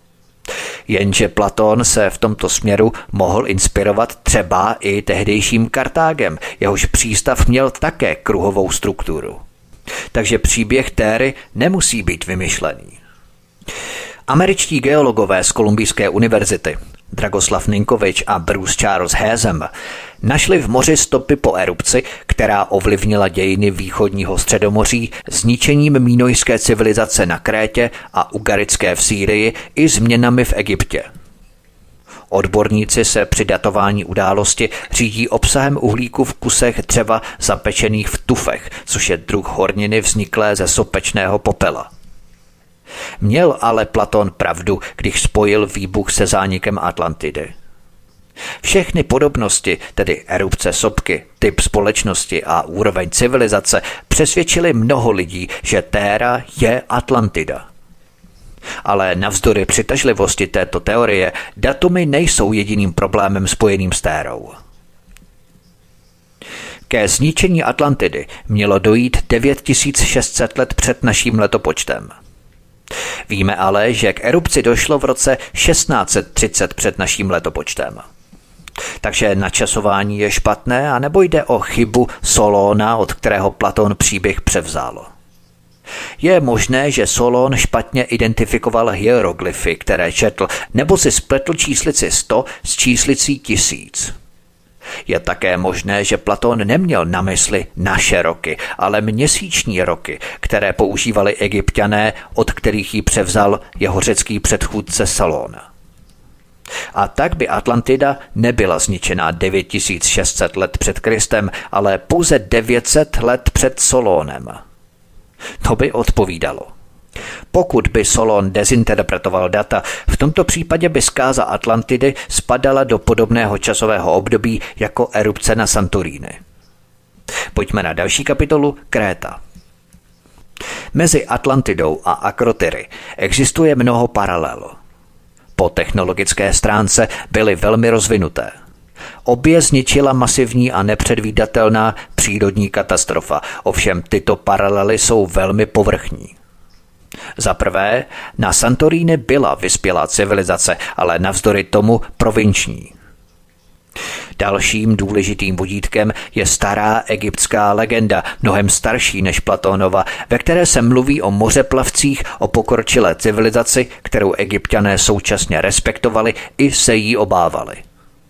Jenže Platón se v tomto směru mohl inspirovat třeba i tehdejším Kartágem, jehož přístav měl také kruhovou strukturu. Takže příběh Téry nemusí být vymyšlený. Američtí geologové z Kolumbijské univerzity Dragoslav Ninkovič a Bruce Charles Hazem našli v moři stopy po erupci, která ovlivnila dějiny východního středomoří zničením mínojské civilizace na Krétě a ugarické v Sýrii i změnami v Egyptě. Odborníci se při datování události řídí obsahem uhlíku v kusech dřeva zapečených v tufech, což je druh horniny vzniklé ze sopečného popela. Měl ale Platón pravdu, když spojil výbuch se zánikem Atlantidy. Všechny podobnosti, tedy erupce sopky, typ společnosti a úroveň civilizace, přesvědčili mnoho lidí, že Téra je Atlantida. Ale navzdory přitažlivosti této teorie, datumy nejsou jediným problémem spojeným s Térou. Ke zničení Atlantidy mělo dojít devět tisíc šest set let před naším letopočtem. Víme ale, že k erupci došlo v roce šestnáct set třicet před naším letopočtem. Takže načasování je špatné, anebo jde o chybu Solóna, od kterého Platón příběh převzal. Je možné, že Solón špatně identifikoval hieroglyfy, které četl, nebo si spletl číslici sto s číslicí tisíc. Je také možné, že Platón neměl na mysli naše roky, ale měsíční roky, které používali Egypťané, od kterých ji převzal jeho řecký předchůdce Solón. A tak by Atlantida nebyla zničená devět tisíc šest set let před Kristem, ale pouze devět set let před Solónem. To by odpovídalo. Pokud by Solón dezinterpretoval data, v tomto případě by zkáza Atlantidy spadala do podobného časového období jako erupce na Santorini. Pojďme na další kapitolu Kréta. Mezi Atlantidou a Akrotyry existuje mnoho paralel. Po technologické stránce byly velmi rozvinuté. Obě zničila masivní a nepředvídatelná přírodní katastrofa, ovšem tyto paralely jsou velmi povrchní. Za prvé, na Santorini byla vyspělá civilizace, ale navzdory tomu provinční. Dalším důležitým vodítkem je stará egyptská legenda, mnohem starší než Platónova, ve které se mluví o mořeplavcích, o pokročilé civilizaci, kterou Egypťané současně respektovali i se jí obávali.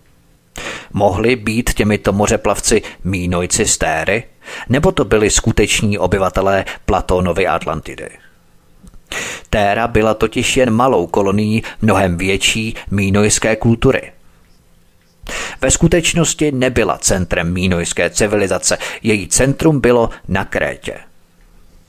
Mohli být těmito mořeplavci mínojci z Téry, nebo to byli skuteční obyvatelé Platónovy Atlantidy? Téra byla totiž jen malou kolonií mnohem větší mínojské kultury. Ve skutečnosti nebyla centrem mínojské civilizace, její centrum bylo na Krétě. V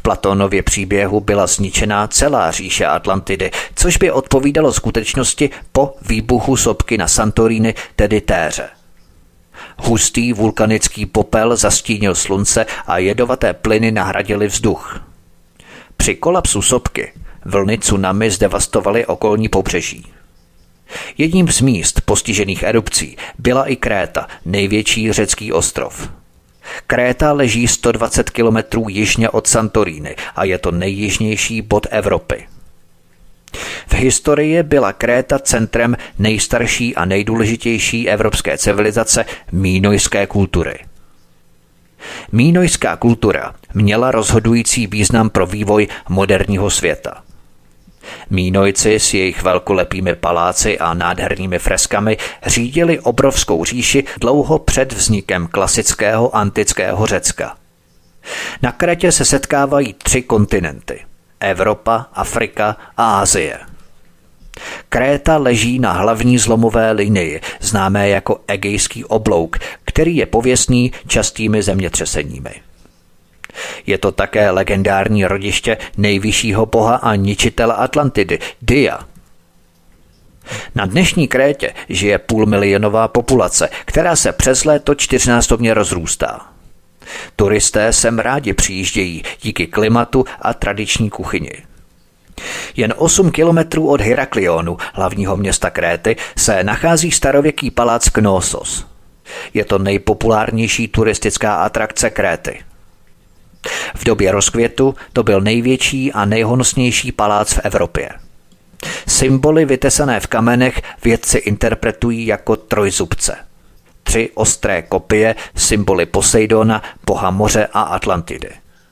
Platónově příběhu byla zničená celá říše Atlantidy, což by odpovídalo skutečnosti po výbuchu sopky na Santorini, tedy Téře. Hustý vulkanický popel zastínil slunce a jedovaté plyny nahradily vzduch. Při kolapsu sopky vlny tsunami zdevastovaly okolní pobřeží. Jedním z míst postižených erupcí byla i Kréta, největší řecký ostrov. Kréta leží sto dvacet kilometrů jižně od Santorini a je to nejjižnější bod Evropy. V historii byla Kréta centrem nejstarší a nejdůležitější evropské civilizace mínojské kultury. Mínojská kultura měla rozhodující význam pro vývoj moderního světa. Mínojci s jejich velkolepými paláci a nádhernými freskami řídili obrovskou říši dlouho před vznikem klasického antického Řecka. Na Krétě se setkávají tři kontinenty – Evropa, Afrika a Asie. Kréta leží na hlavní zlomové linii, známé jako Egejský oblouk, který je pověstný častými zemětřeseními. Je to také legendární rodiště nejvyššího boha a ničitele Atlantidy, Dia. Na dnešní Krétě žije půlmilionová populace, která se přes léto čtyřnásobně rozrůstá. Turisté sem rádi přijíždějí díky klimatu a tradiční kuchyni. Jen osm kilometrů od Heraklionu, hlavního města Kréty, se nachází starověký palác Knossos. Je to nejpopulárnější turistická atrakce Kréty. V době rozkvětu to byl největší a nejhonosnější palác v Evropě. Symboly vytesané v kamenech vědci interpretují jako trojzubce. Tři ostré kopie, symboly Poseidona, boha moře a Atlantidy.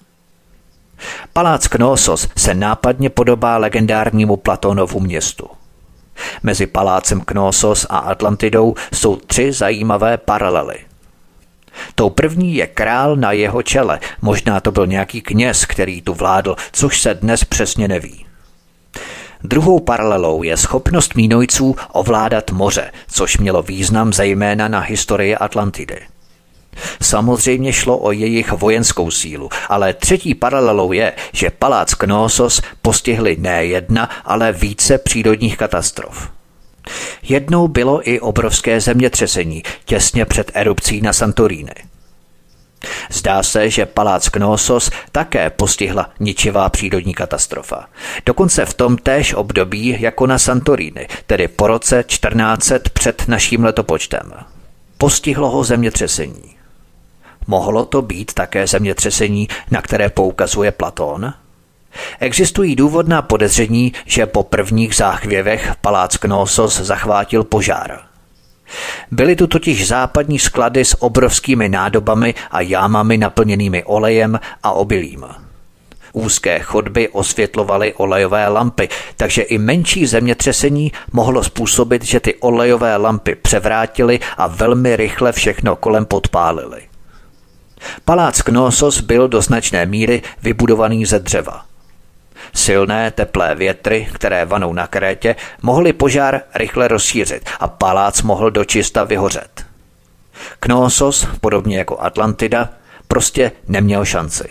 Palác Knossos se nápadně podobá legendárnímu Platónovu městu. Mezi palácem Knossos a Atlantidou jsou tři zajímavé paralely. Tou první je král na jeho čele, možná to byl nějaký kněz, který tu vládl, což se dnes přesně neví. Druhou paralelou je schopnost Mínojců ovládat moře, což mělo význam zejména na historii Atlantidy. Samozřejmě šlo o jejich vojenskou sílu, ale třetí paralelou je, že palác Knossos postihly ne jedna, ale více přírodních katastrof. Jednou bylo i obrovské zemětřesení těsně před erupcí na Santorini. Zdá se, že palác Knossos také postihla ničivá přírodní katastrofa. Dokonce v tom též období jako na Santorini, tedy po roce čtrnáct set před naším letopočtem. Postihlo ho zemětřesení. Mohlo to být také zemětřesení, na které poukazuje Platón? Existují důvodná podezření, že po prvních záchvěvech palác Knossos zachvátil požár. Byly tu totiž západní sklady s obrovskými nádobami a jámami naplněnými olejem a obilím. Úzké chodby osvětlovaly olejové lampy, takže i menší zemětřesení mohlo způsobit, že ty olejové lampy převrátily a velmi rychle všechno kolem podpálily. Palác Knossos byl do značné míry vybudovaný ze dřeva. Silné teplé větry, které vanou na Krétě, mohly požár rychle rozšířit a palác mohl dočista vyhořet. Knossos, podobně jako Atlantida, prostě neměl šanci.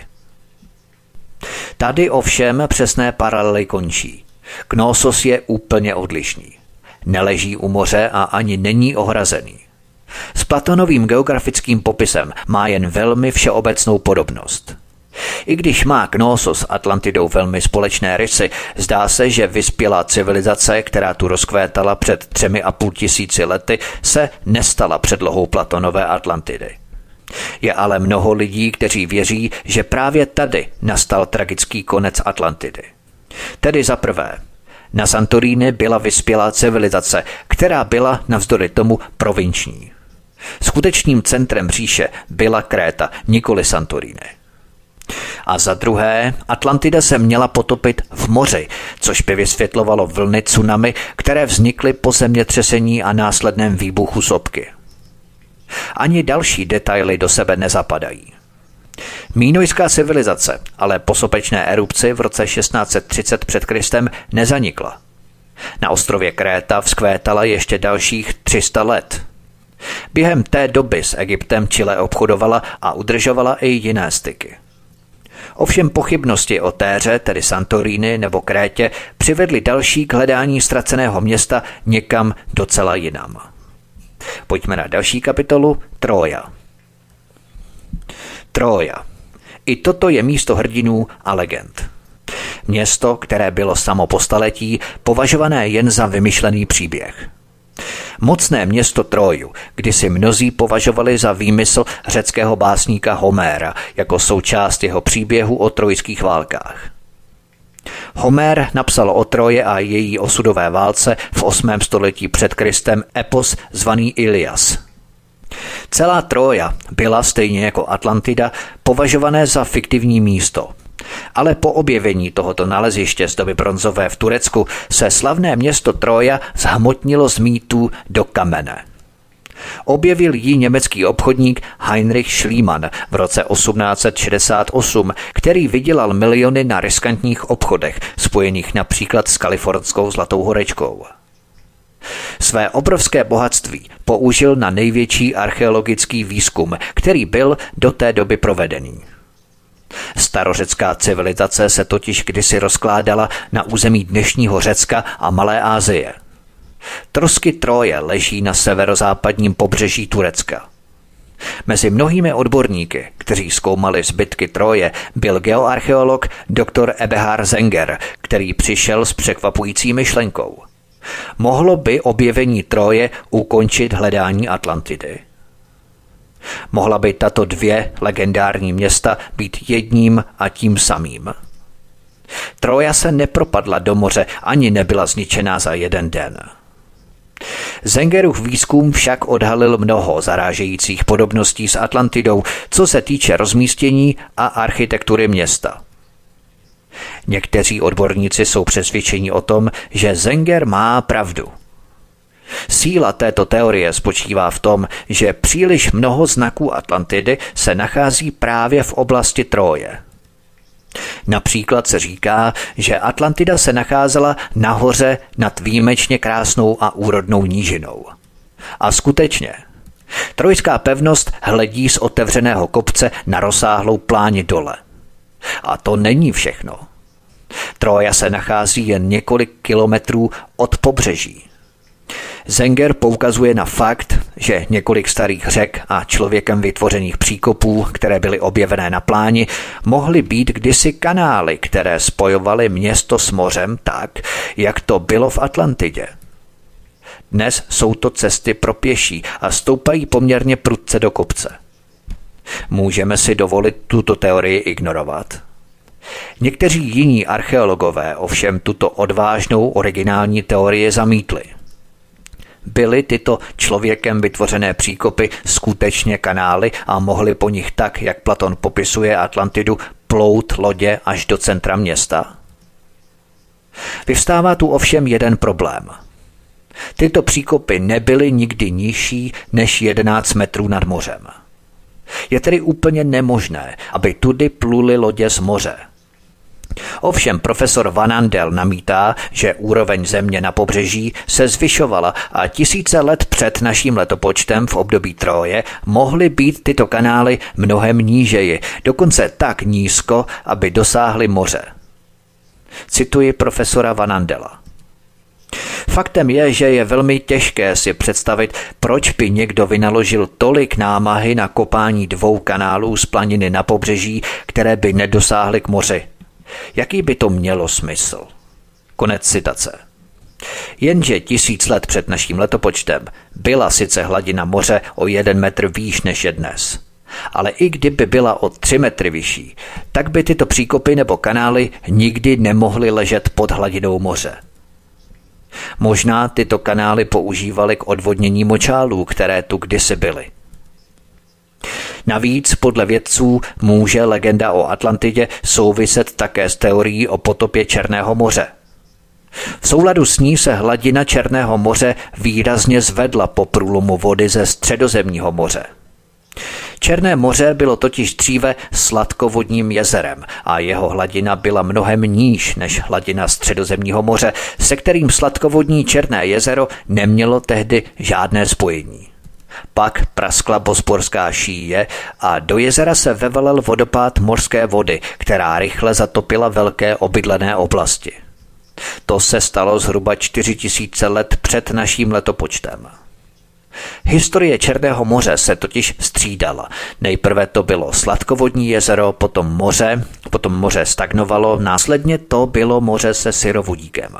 Tady ovšem přesné paralely končí. Knossos je úplně odlišný. Neleží u moře a ani není ohrazený. S Platonovým geografickým popisem má jen velmi všeobecnou podobnost. I když má Knossos s Atlantidou velmi společné rysy, zdá se, že vyspělá civilizace, která tu rozkvétala před třemi a půl tisíci lety, se nestala předlohou Platonové Atlantidy. Je ale mnoho lidí, kteří věří, že právě tady nastal tragický konec Atlantidy. Tedy za prvé, na Santorini byla vyspělá civilizace, která byla navzdory tomu provinční. Skutečným centrem říše byla Kréta, nikoli Santorini. A za druhé, Atlantida se měla potopit v moři, což by vysvětlovalo vlny tsunami, které vznikly po zemětřesení a následném výbuchu sopky. Ani další detaily do sebe nezapadají. Mínojská civilizace ale po sopečné erupci v roce šestnáct set třicet před Kristem nezanikla. Na ostrově Kréta vzkvétala ještě dalších tři sta let. Během té doby s Egyptem Chile obchodovala a udržovala i jiné styky. Ovšem pochybnosti o Téře, tedy Santorini nebo Krétě, přivedly další k hledání ztraceného města někam docela jinam. Pojďme na další kapitolu, Trója. Trója. I toto je místo hrdinů a legend. Město, které bylo samo po staletí považované jen za vymyšlený příběh. Mocné město Tróju, kdysi mnozí považovali za výmysl řeckého básníka Homéra jako součást jeho příběhu o trojských válkách. Homér napsal o Troje a její osudové válce v osmém století před Kristem epos zvaný Ilias. Celá Trója byla, stejně jako Atlantida, považované za fiktivní místo. Ale po objevení tohoto naleziště z doby bronzové v Turecku se slavné město Trója zhmotnilo z mýtů do kamene. Objevil ji německý obchodník Heinrich Schliemann v roce osmnáct set šedesát osm, který vydělal miliony na riskantních obchodech, spojených například s kalifornskou zlatou horečkou. Své obrovské bohatství použil na největší archeologický výzkum, který byl do té doby provedený. Starořecká civilizace se totiž kdysi rozkládala na území dnešního Řecka a Malé Asie. Trosky Tróje leží na severozápadním pobřeží Turecka. Mezi mnohými odborníky, kteří zkoumali zbytky Tróje, byl geoarcheolog doktor Eberhard Sänger, který přišel s překvapující myšlenkou. Mohlo by objevení Tróje ukončit hledání Atlantidy? Mohla by tato dvě legendární města být jedním a tím samým? Trója se nepropadla do moře, ani nebyla zničená za jeden den. Sengerův výzkum však odhalil mnoho zarážejících podobností s Atlantidou, co se týče rozmístění a architektury města. Někteří odborníci jsou přesvědčeni o tom, že Sänger má pravdu. Síla této teorie spočívá v tom, že příliš mnoho znaků Atlantidy se nachází právě v oblasti Tróje. Například se říká, že Atlantida se nacházela nahoře nad výjimečně krásnou a úrodnou nížinou. A skutečně, trojská pevnost hledí z otevřeného kopce na rozsáhlou pláni dole. A to není všechno. Trója se nachází jen několik kilometrů od pobřeží. Sänger poukazuje na fakt, že několik starých řek a člověkem vytvořených příkopů, které byly objevené na pláni, mohly být kdysi kanály, které spojovaly město s mořem tak, jak to bylo v Atlantidě. Dnes jsou to cesty pro pěší a stoupají poměrně prudce do kopce. Můžeme si dovolit tuto teorii ignorovat? Někteří jiní archeologové ovšem tuto odvážnou originální teorii zamítli. Byly tyto člověkem vytvořené příkopy skutečně kanály a mohly po nich tak, jak Platon popisuje Atlantidu, plout lodě až do centra města? Vyvstává tu ovšem jeden problém. Tyto příkopy nebyly nikdy nižší než jedenáct metrů nad mořem. Je tedy úplně nemožné, aby tudy pluly lodě z moře. Ovšem profesor Van Andel namítá, že úroveň země na pobřeží se zvyšovala a tisíce let před naším letopočtem v období Tróje mohly být tyto kanály mnohem nížeji, dokonce tak nízko, aby dosáhly moře. Cituji profesora Van Andela. Faktem je, že je velmi těžké si představit, proč by někdo vynaložil tolik námahy na kopání dvou kanálů z planiny na pobřeží, které by nedosáhly k moři. Jaký by to mělo smysl? Konec citace. Jenže tisíc let před naším letopočtem byla sice hladina moře o jeden metr výš než je dnes. Ale i kdyby byla o tři metry vyšší, tak by tyto příkopy nebo kanály nikdy nemohly ležet pod hladinou moře. Možná tyto kanály používaly k odvodnění močálů, které tu kdysi byly. Navíc podle vědců může legenda o Atlantidě souviset také s teorií o potopě Černého moře. V souladu s ní se hladina Černého moře výrazně zvedla po průlomu vody ze Středozemního moře. Černé moře bylo totiž dříve sladkovodním jezerem a jeho hladina byla mnohem níž než hladina Středozemního moře, se kterým sladkovodní Černé jezero nemělo tehdy žádné spojení. pak praskla bosporská šíje a do jezera se vevalil vodopád mořské vody, která rychle zatopila velké obydlené oblasti. To se stalo zhruba čtyři tisíce let před naším letopočtem. Historie Černého moře se totiž střídala. Nejprve to bylo sladkovodní jezero, potom moře, potom moře stagnovalo, následně to bylo moře se syrovodíkem.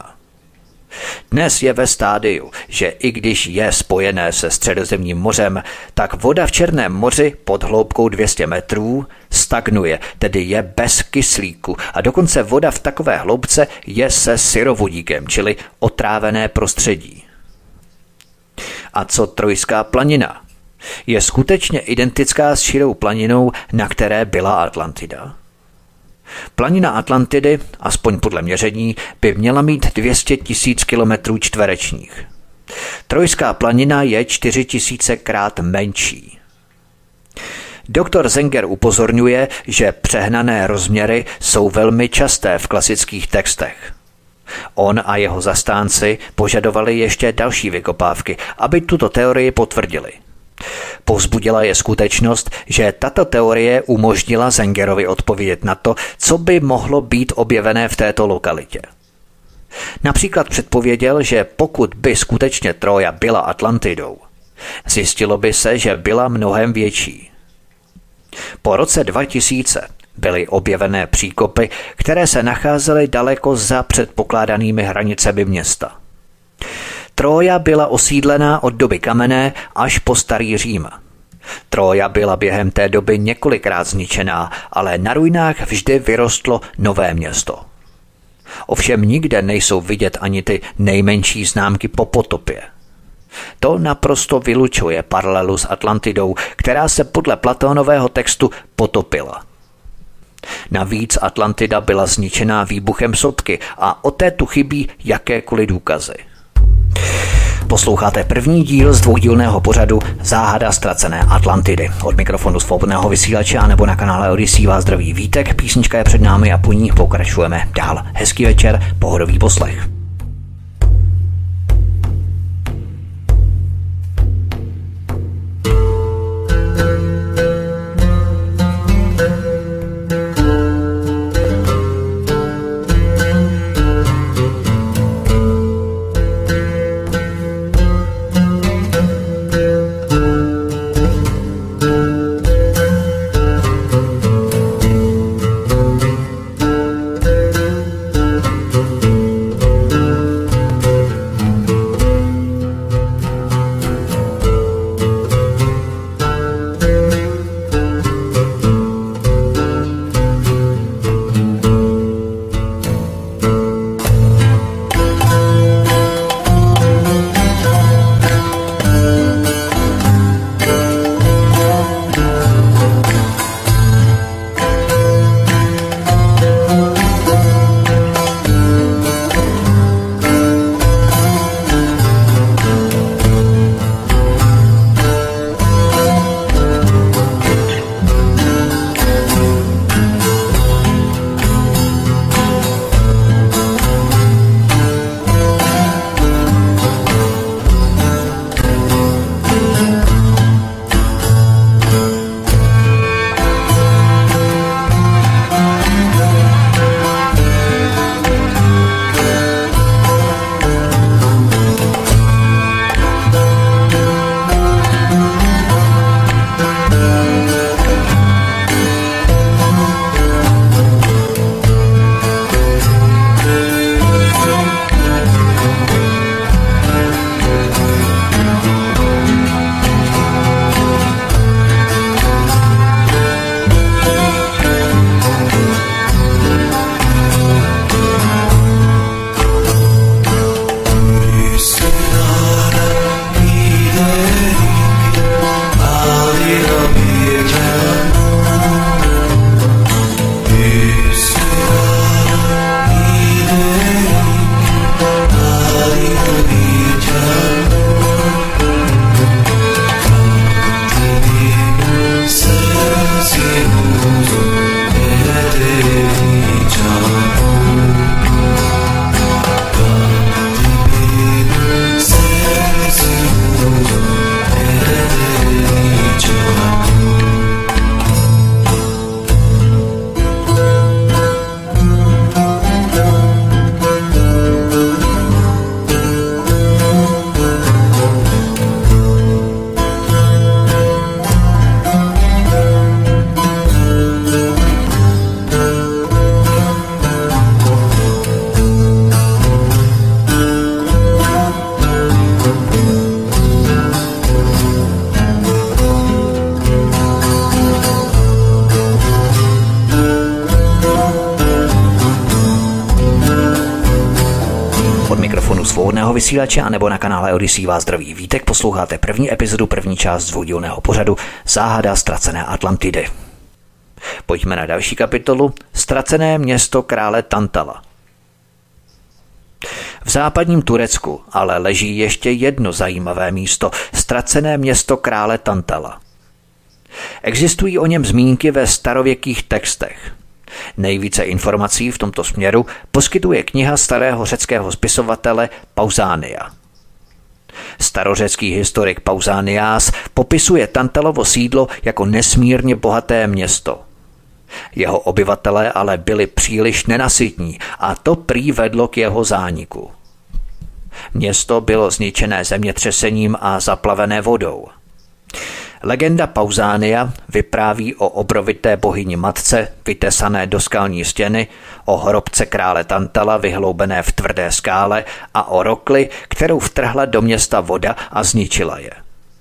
Dnes je ve stádiu, že i když je spojené se Středozemním mořem, tak voda v Černém moři pod hloubkou dvě stě metrů stagnuje, tedy je bez kyslíku a dokonce voda v takové hloubce je se syrovodíkem, čili otrávené prostředí. A co Trojská planina? Je skutečně identická s širou planinou, na které byla Atlantida? Planina Atlantidy, aspoň podle měření, by měla mít dvě stě tisíc kilometrů čtverečních. Trojská planina je čtyři tisíce krát menší. Doktor Zenger upozorňuje, že přehnané rozměry jsou velmi časté v klasických textech. On a jeho zastánci požadovali ještě další vykopávky, aby tuto teorii potvrdili. Povzbudila je skutečnost, že tato teorie umožnila Zengerovi odpovědět na to, co by mohlo být objevené v této lokalitě. Například předpověděl, že pokud by skutečně Troja byla Atlantidou, zjistilo by se, že byla mnohem větší. Po roce dva tisíce byly objevené příkopy, které se nacházely daleko za předpokládanými hranicemi města. Trója byla osídlená od doby kamenné až po starý Řím. Trója byla během té doby několikrát zničená, ale na ruinách vždy vyrostlo nové město. Ovšem nikde nejsou vidět ani ty nejmenší známky po potopě. To naprosto vylučuje paralelu s Atlantidou, která se podle Platónového textu potopila. Navíc Atlantida byla zničená výbuchem sopky a o té tu chybí jakékoliv důkazy. Posloucháte první díl z dvoudílného pořadu Záhada ztracené Atlantidy. Od mikrofonu svobodného vysílače a nebo na kanále Odyssey vás zdraví Vítek, písnička je před námi a po ní pokračujeme dál. Hezký večer, pohodový poslech. mikrofonu Svobodného vysílače a nebo na kanále Odyssey vás zdraví Vítek, posloucháte první epizodu, první část dvoudílného pořadu Záhada ztracené Atlantidy. Pojďme na další kapitolu Ztracené město krále Tantala. V západním Turecku ale leží ještě jedno zajímavé místo, ztracené město krále Tantala. Existují o něm zmínky ve starověkých textech. Nejvíce informací v tomto směru poskytuje kniha starého řeckého spisovatele Pausania. Starořecký historik Pausanias popisuje Tantalovo sídlo jako nesmírně bohaté město. Jeho obyvatelé ale byli příliš nenasytní a to prý vedlo k jeho zániku. Město bylo zničené zemětřesením a zaplavené vodou. Legenda Pausania vypráví o obrovité bohyni matce, vytesané do skalní stěny, o hrobce krále Tantala vyhloubené v tvrdé skále a o rokli, kterou vtrhla do města voda a zničila je.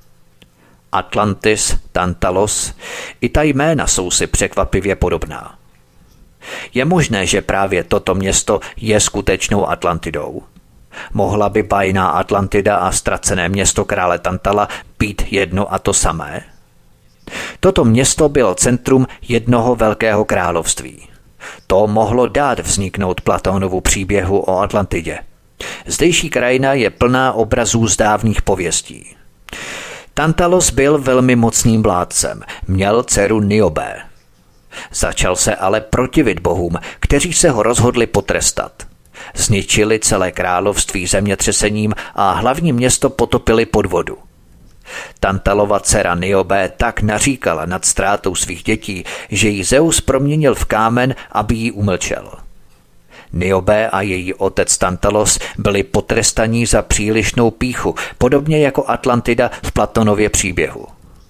Atlantis, Tantalos, i ta jména jsou si překvapivě podobná. Je možné, že právě toto město je skutečnou Atlantidou. Mohla by bajná Atlantida a ztracené město krále Tantala být jedno a to samé? Toto město bylo centrum jednoho velkého království. To mohlo dát vzniknout Platónovu příběhu o Atlantidě. Zdejší krajina je plná obrazů z dávných pověstí. Tantalos byl velmi mocným vládcem, měl dceru Niobé. Začal se ale protivit bohům, kteří se ho rozhodli potrestat. Zničili celé království zemětřesením a hlavní město potopili pod vodu. Tantalova dcera Niobé tak naříkala nad ztrátou svých dětí, že ji Zeus proměnil v kámen, aby ji umlčel. Niobé a její otec Tantalos byli potrestaní za přílišnou pýchu, podobně jako Atlantida v Platonově příběhu.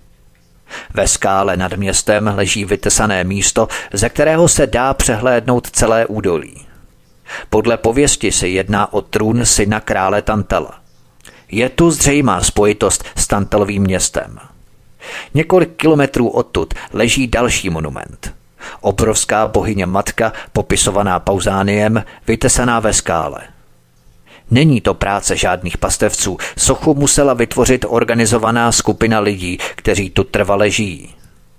Ve skále nad městem leží vytesané místo, ze kterého se dá přehlédnout celé údolí. Podle pověsti se jedná o trůn syna krále Tantala. Je tu zřejmá spojitost s Tantalovým městem. Několik kilometrů odtud leží další monument. Obrovská bohyně matka, popisovaná Pausániem, vytesaná ve skále. Není to práce žádných pastevců, sochu musela vytvořit organizovaná skupina lidí, kteří tu trvale žijí.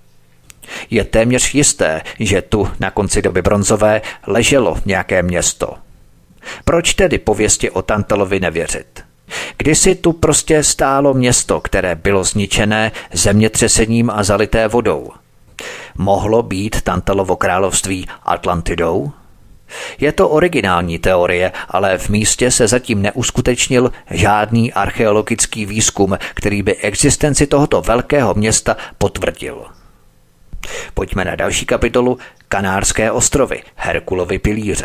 Je téměř jisté, že tu na konci doby bronzové leželo nějaké město. Proč tedy pověsti o Tantalovi nevěřit? Kdysi tu prostě stálo město, které bylo zničené zemětřesením a zalité vodou. Mohlo být Tantalovo království Atlantidou? Je to originální teorie, ale v místě se zatím neuskutečnil žádný archeologický výzkum, který by existenci tohoto velkého města potvrdil. Pojďme na další kapitolu Kanárské ostrovy, Herkulovy pilíře.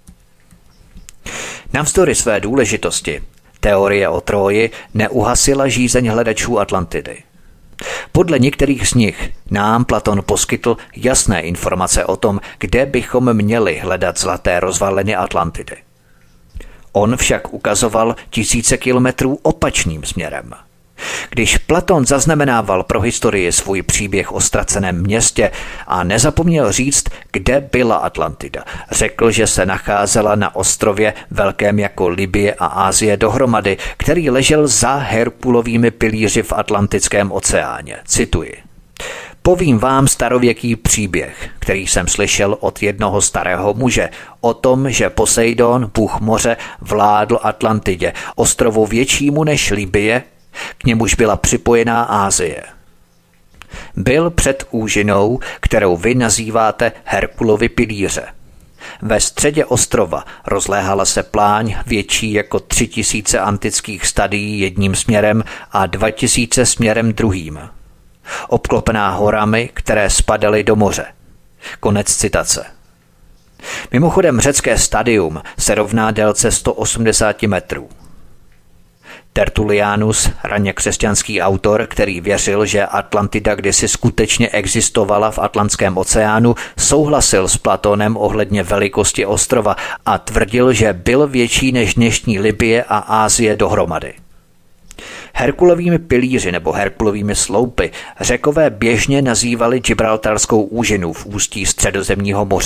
Navzdory své důležitosti, teorie o Tróji neuhasila žízeň hledačů Atlantidy. Podle některých z nich nám Platon poskytl jasné informace o tom, kde bychom měli hledat zlaté rozvaliny Atlantidy. On však ukazoval tisíce kilometrů opačným směrem. Když Platon zaznamenával pro historii svůj příběh o ztraceném městě a nezapomněl říct, kde byla Atlantida, řekl, že se nacházela na ostrově velkém jako Libye a Asie dohromady, který ležel za Herkulovými pilíři v Atlantickém oceáně. Cituji. Povím vám starověký příběh, který jsem slyšel od jednoho starého muže, o tom, že Poseidon, bůh moře, vládl Atlantidě, ostrovu většímu než Libye, k němuž byla připojená Asie. Byl před úžinou, kterou vy nazýváte Herkulovy pilíře. Ve středě ostrova rozléhala se pláň větší jako tři tisíce antických stadií jedním směrem a dva tisíce směrem druhým. Obklopená horami, které spadaly do moře. Konec citace. Mimochodem řecké stadium se rovná délce sto osmdesát metrů. Tertulianus, raně křesťanský autor, který věřil, že Atlantida kdysi skutečně existovala v Atlantském oceánu, souhlasil s Platónem ohledně velikosti ostrova a tvrdil, že byl větší než dnešní Libye a Asie dohromady. Herkulovými pilíři nebo Herkulovými sloupy Řekové běžně nazývali Gibraltarskou úžinu v ústí Středozemního moře.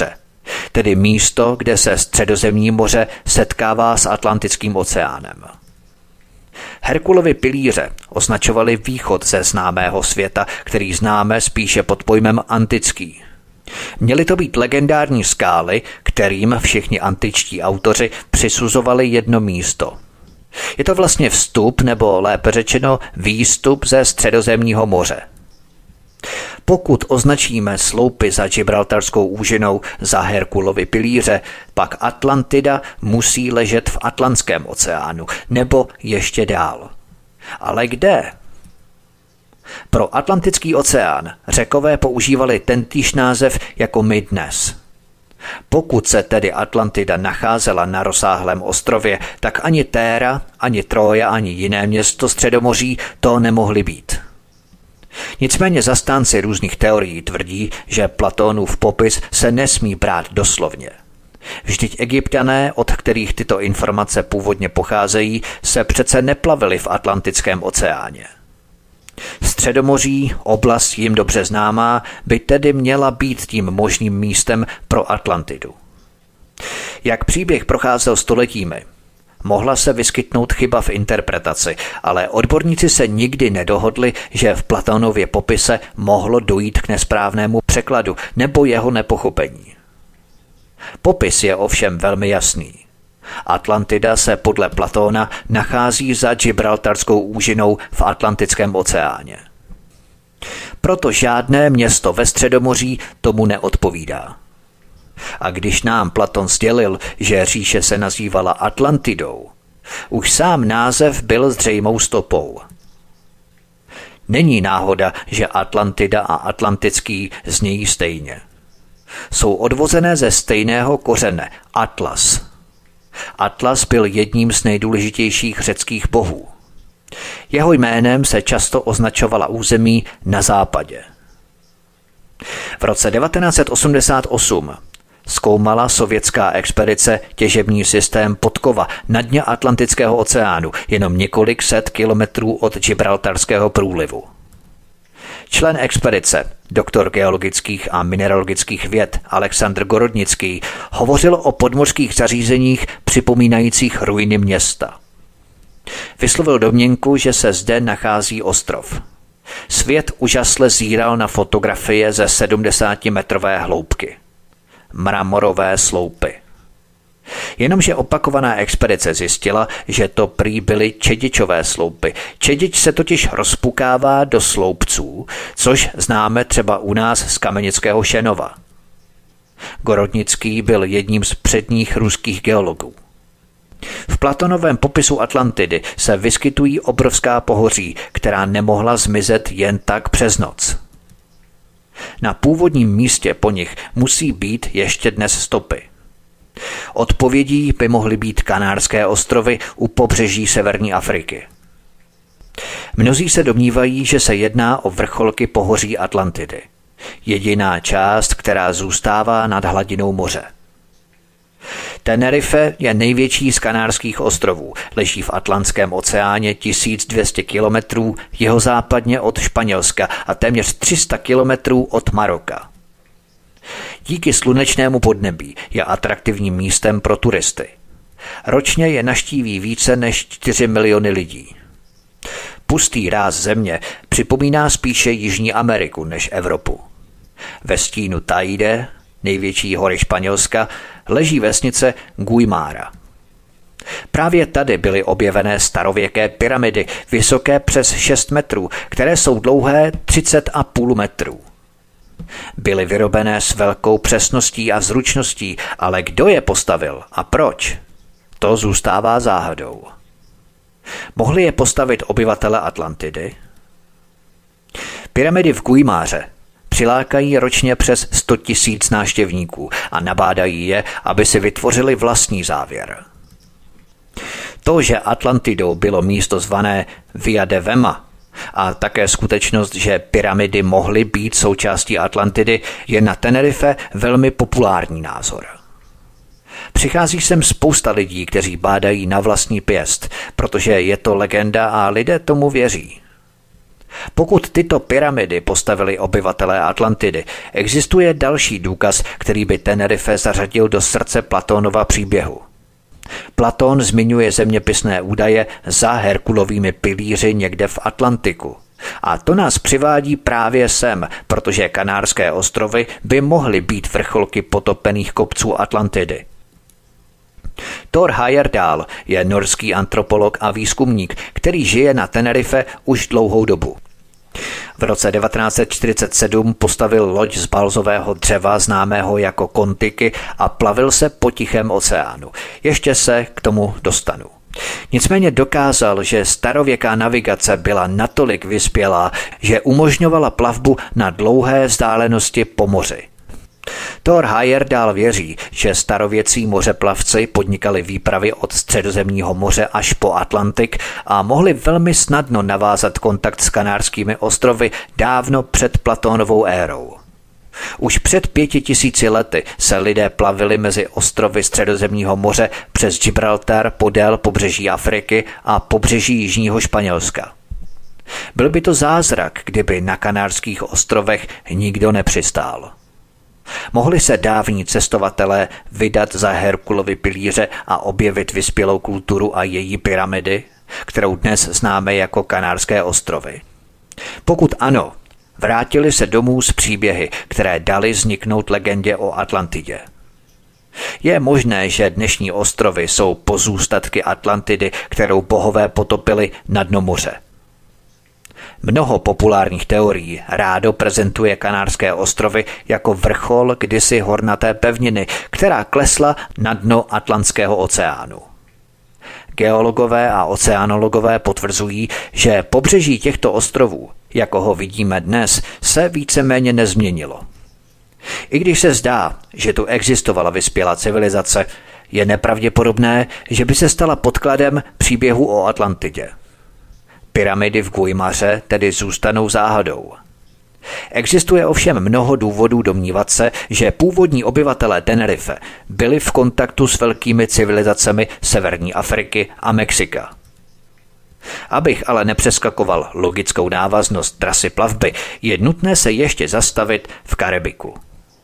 tedy místo, kde se Středozemní moře setkává s Atlantickým oceánem. Herkulovy pilíře označovali východ ze známého světa, který známe spíše pod pojmem antický. Měly to být legendární skály, kterým všichni antičtí autoři přisuzovali jedno místo. Je to vlastně vstup, nebo lépe řečeno výstup ze Středozemního moře. Pokud označíme sloupy za Gibraltarskou úžinou za Herkulovy pilíře, pak Atlantida musí ležet v Atlantském oceánu, nebo ještě dál. Ale kde? Pro Atlantický oceán Řekové používali tentýž název jako my dnes. Pokud se tedy Atlantida nacházela na rozsáhlém ostrově, tak ani Téra, ani Trója, ani jiné město Středomoří to nemohly být. Nicméně zastánci různých teorií tvrdí, že Platónův popis se nesmí brát doslovně. Vždyť Egypťané, od kterých tyto informace původně pocházejí, se přece neplavili v Atlantickém oceáně. Středomoří, oblast jim dobře známá, by tedy měla být tím možným místem pro Atlantidu. Jak příběh procházel stoletími, mohla se vyskytnout chyba v interpretaci, ale odborníci se nikdy nedohodli, že v Platónově popise mohlo dojít k nesprávnému překladu nebo jeho nepochopení. Popis je ovšem velmi jasný. Atlantida se podle Platóna nachází za Gibraltarskou úžinou v Atlantickém oceáně. Proto žádné město ve Středomoří tomu neodpovídá. A když nám Platon sdělil, že říše se nazývala Atlantidou, už sám název byl zřejmou stopou. Není náhoda, že Atlantida a Atlantický znějí stejně. Jsou odvozené ze stejného kořene Atlas. Atlas byl jedním z nejdůležitějších řeckých bohů. Jeho jménem se často označovala území na západě. V roce devatenáct set osmdesát osm zkoumala sovětská expedice těžební systém Podkova na dně Atlantického oceánu, jenom několik set kilometrů od Gibraltarského průlivu. Člen expedice, doktor geologických a mineralogických věd Alexandr Gorodnický, hovořil o podmořských zařízeních připomínajících ruiny města. Vyslovil domněnku, že se zde nachází ostrov. Svět úžasle zíral na fotografie ze sedmdesátimetrové hloubky. Mramorové sloupy. Jenomže opakovaná expedice zjistila, že to prý byly čedičové sloupy. Čedič se totiž rozpukává do sloupců, což známe třeba u nás z Kamenického Šenova. Gorodnický byl jedním z předních ruských geologů. V Platonovém popisu Atlantidy se vyskytují obrovská pohoří, která nemohla zmizet jen tak přes noc. Na původním místě po nich musí být ještě dnes stopy. Odpovědí by mohly být Kanárské ostrovy u pobřeží severní Afriky. Mnozí se domnívají, že se jedná o vrcholky pohoří Atlantidy. Jediná část, která zůstává nad hladinou moře. Tenerife je největší z Kanárských ostrovů, leží v Atlantském oceáně tisíc dvě stě kilometrů jihozápadně od Španělska a téměř tři sta kilometrů od Maroka. Díky slunečnému podnebí je atraktivním místem pro turisty. Ročně je navštíví více než čtyři miliony lidí. Pustý ráz země připomíná spíše Jižní Ameriku než Evropu. Ve stínu Taide, největší hory Španělska, leží vesnice Guimara. Právě tady byly objevené starověké pyramidy, vysoké přes šest metrů, které jsou dlouhé třicet a půl metrů. Byly vyrobené s velkou přesností a zručností, ale kdo je postavil a proč? To zůstává záhadou. Mohli je postavit obyvatele Atlantidy? Pyramidy v Guimáře přilákají ročně přes sto tisíc návštěvníků a nabádají je, aby si vytvořili vlastní závěr. To, že Atlantidou bylo místo zvané Via de Vema, a také skutečnost, že pyramidy mohly být součástí Atlantidy, je na Tenerife velmi populární názor. Přichází sem spousta lidí, kteří bádají na vlastní pěst, protože je to legenda a lidé tomu věří. Pokud tyto pyramidy postavili obyvatelé Atlantidy, existuje další důkaz, který by Tenerife zařadil do srdce Platónova příběhu. Platón zmiňuje zeměpisné údaje za Herkulovými pilíři někde v Atlantiku. A to nás přivádí právě sem, protože Kanárské ostrovy by mohly být vrcholky potopených kopců Atlantidy. Thor Heyerdahl je norský antropolog a výzkumník, který žije na Tenerife už dlouhou dobu. V roce devatenáct set čtyřicet sedm postavil loď z balzového dřeva známého jako Kon-Tiki a plavil se po Tichém oceánu. Ještě se k tomu dostanu. Nicméně dokázal, že starověká navigace byla natolik vyspělá, že umožňovala plavbu na dlouhé vzdálenosti po moři. Thor Heyerdahl věří, že starověcí mořeplavci podnikali výpravy od Středozemního moře až po Atlantik a mohli velmi snadno navázat kontakt s Kanárskými ostrovy dávno před Platónovou érou. Už před pěti tisíci lety se lidé plavili mezi ostrovy Středozemního moře přes Gibraltar podél pobřeží Afriky a pobřeží jižního Španělska. Byl by to zázrak, kdyby na Kanárských ostrovech nikdo nepřistál. Mohli se dávní cestovatelé vydat za Herkulovy pilíře a objevit vyspělou kulturu a její pyramidy, kterou dnes známe jako Kanárské ostrovy? Pokud ano, vrátili se domů s příběhy, které dali vzniknout legendě o Atlantidě. Je možné, že dnešní ostrovy jsou pozůstatky Atlantidy, kterou bohové potopili na dno moře. Mnoho populárních teorií rádo prezentuje Kanárské ostrovy jako vrchol kdysi hornaté pevniny, která klesla na dno Atlantského oceánu. Geologové a oceanologové potvrzují, že pobřeží těchto ostrovů, jako ho vidíme dnes, se víceméně nezměnilo. I když se zdá, že tu existovala vyspělá civilizace, je nepravděpodobné, že by se stala podkladem příběhu o Atlantidě. Pyramidy v Guimaře tedy zůstanou záhadou. Existuje ovšem mnoho důvodů domnívat se, že původní obyvatelé Tenerife byli v kontaktu s velkými civilizacemi Severní Afriky a Mexika. Abych ale nepřeskakoval logickou návaznost trasy plavby, je nutné se ještě zastavit v Karibiku.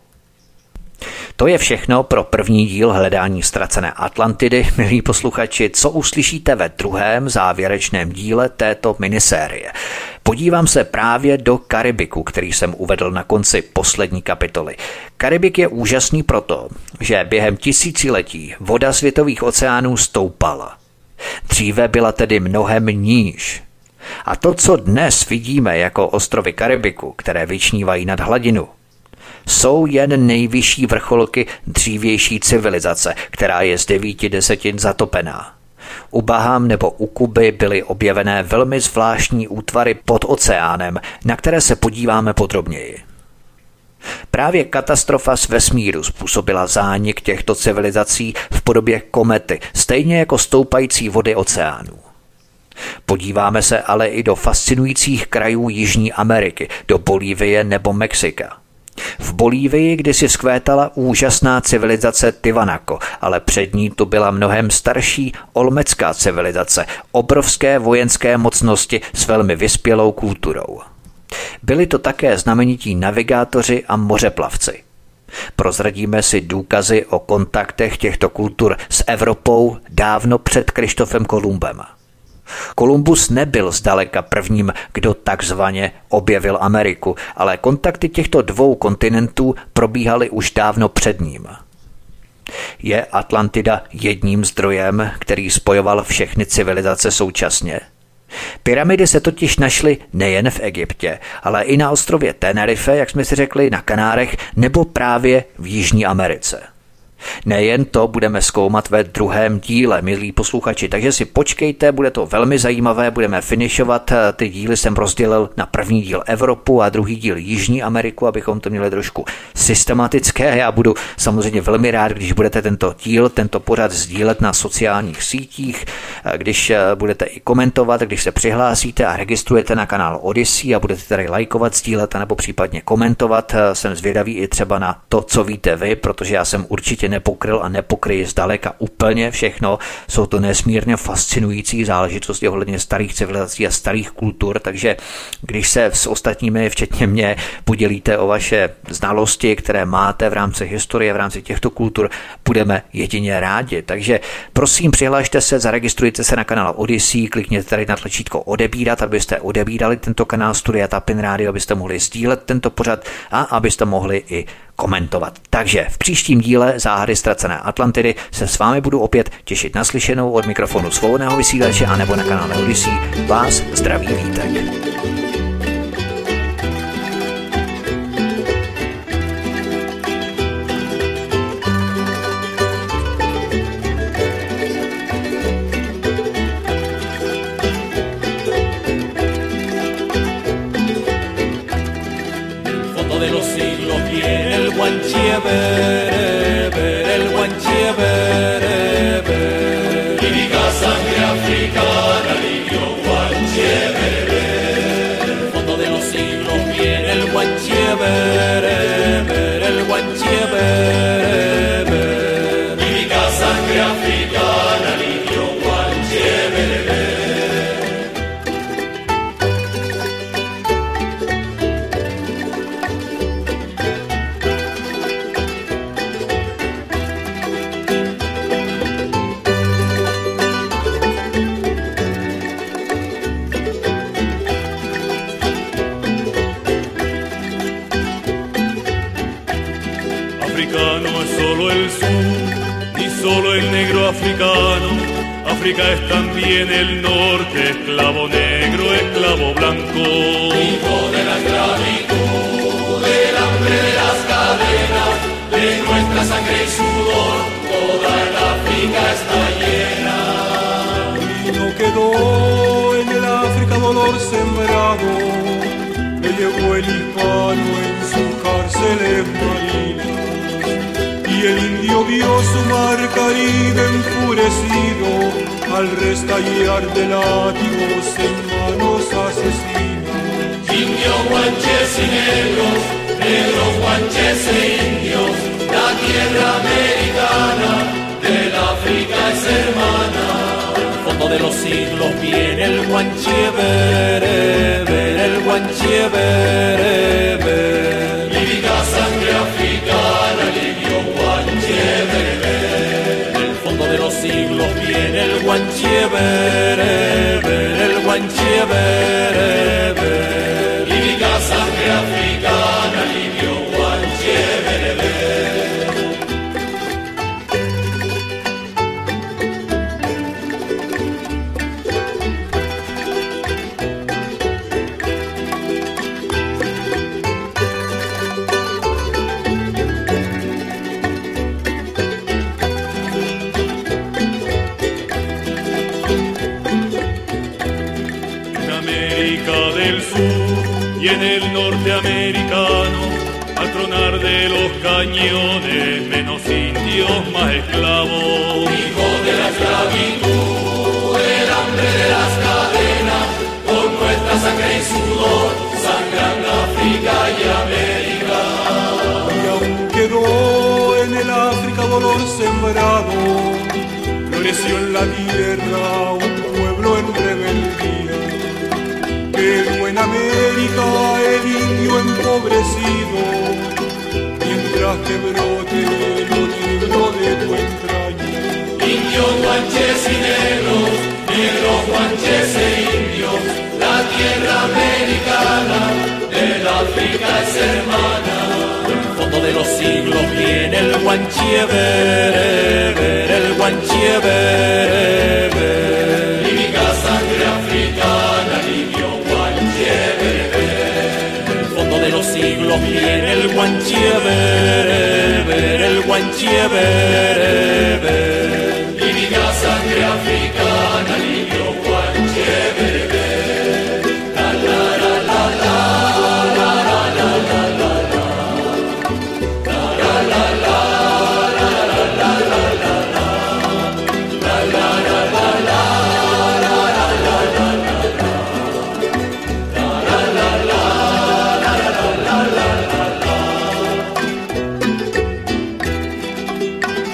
To je všechno pro první díl hledání ztracené Atlantidy, milí posluchači, co uslyšíte ve druhém závěrečném díle této minisérie. Podívám se právě do Karibiku, který jsem uvedl na konci poslední kapitoly. Karibik je úžasný proto, že během tisíciletí voda světových oceánů stoupala. Dříve byla tedy mnohem níž. A to, co dnes vidíme jako ostrovy Karibiku, které vyčnívají nad hladinu, jsou jen nejvyšší vrcholky dřívější civilizace, která je z devíti desetin zatopená. U Baham nebo u Kuby byly objevené velmi zvláštní útvary pod oceánem, na které se podíváme podrobněji. Právě katastrofa z vesmíru způsobila zánik těchto civilizací v podobě komety, stejně jako stoupající vody oceánů. Podíváme se ale i do fascinujících krajů Jižní Ameriky, do Bolívie nebo Mexika. V Bolívii kdysi vzkvétala úžasná civilizace Tiwanaku, ale před ní tu byla mnohem starší olmecká civilizace, obrovské vojenské mocnosti s velmi vyspělou kulturou. Byli to také znamenití navigátoři a mořeplavci. Prozradíme si důkazy o kontaktech těchto kultur s Evropou dávno před Krištofem Kolumbem. Kolumbus nebyl zdaleka prvním, kdo takzvaně objevil Ameriku, ale kontakty těchto dvou kontinentů probíhaly už dávno před ním. Je Atlantida jedním zdrojem, který spojoval všechny civilizace současně? Pyramidy se totiž našly nejen v Egyptě, ale i na ostrově Tenerife, jak jsme si řekli, na Kanárech, nebo právě v Jižní Americe. Nejen to budeme zkoumat ve druhém díle, milí posluchači, takže si počkejte, bude to velmi zajímavé, budeme finišovat, ty díly jsem rozdělil na první díl Evropu a druhý díl Jižní Ameriku, abychom to měli trošku systematické. Já budu samozřejmě velmi rád, když budete tento díl, tento pořad sdílet na sociálních sítích, když budete i komentovat, když se přihlásíte a registrujete na kanál Odyssey a budete tady lajkovat, sdílet nebo případně komentovat. Jsem zvědavý i třeba na to, co víte vy, protože já jsem určitě nepokryl a nepokryje zdaleka úplně všechno. Jsou to nesmírně fascinující záležitosti ohledně starých civilizací a starých kultur, takže když se s ostatními, včetně mě, podělíte o vaše znalosti, které máte v rámci historie, v rámci těchto kultur, budeme jedině rádi. Takže prosím, přihlašte se, zaregistrujte se na kanál Odyssey, klikněte tady na tlačítko odebírat, abyste odebírali tento kanál Studia Tapin Radio, abyste mohli sdílet tento pořad a abyste mohli i komentovat. Takže v příštím díle Záhady ztracené Atlantidy se s vámi budu opět těšit na slyšenou od mikrofonu Svobodného vysílače anebo na kanále Odyssey. Vás zdraví Vítek. Bere, bere, el guanche, bere, bere. Lírica sangre africana, lirio guanche, bere, bere. Del fondo de los siglos viene el guanche, bere, bere, el guanche, bere, bere. Lírica sangre africana, lirio guanche, bere, bere. Solo el negro africano, África es también el norte, esclavo negro, esclavo blanco. Hijo de la esclavitud, del hambre de las cadenas, de nuestra sangre y sudor, toda el África está llena. Y no quedó en el África dolor sembrado, le llevó el hispano en su cárceles marinas. Y el indio vio su mar Caribe enfurecido al restallar de látigos en manos asesinas. Indios, guanches y negros, negros, guanches e indios, la tierra americana del África es hermana. Al fondo de los siglos viene el guanche, bere, bere, el guanche, bere, bere. Lírica sangre africana, lirio guanche, bere, bere. Del fondo de los siglos viene el guanche, bere, bere, el guanche, bere, bere. Lírica sangre africana, lirio guanche, bere, bere. Y en el norteamericano, al tronar de los cañones, menos indios, más esclavos. Hijo de la esclavitud, del hambre de las cadenas, con nuestra sangre y sudor, sangran África y América. Y aún quedó en el África dolor sembrado, floreció en la tierra un pueblo en rebeldía. Quedó en América el indio empobrecido, mientras que brote lo negro de tu entraña. Indios, guanches y negros, negros, guanches e indios, la tierra americana del África es hermana. Del fondo de los siglos viene el guanche, bere, bere, el guanche, bere, bere. Lírica sangre africana, lirio guanche, bere, bere. Del fondo de los siglos viene el guanche, bere, bere, el guanche, bere, bere. Lírica sangre africana, lirio guanche, bere, bere. La la la la la la la la la la la. La la la la la la la la la la. La la la la la la la la la la. La la la la la la la la la.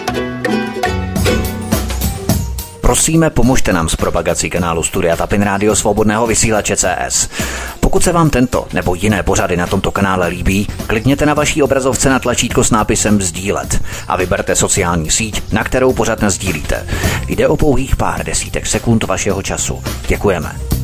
Prosíme, pomožte nám s propagací kanálu Studia Tapin Rádio Svobodného vysílače C S. Pokud se vám tento nebo jiné pořady na tomto kanále líbí, klikněte na vaší obrazovce na tlačítko s nápisem sdílet a vyberte sociální síť, na kterou pořad nasdílíte. Jde o pouhých pár desítek sekund vašeho času. Děkujeme.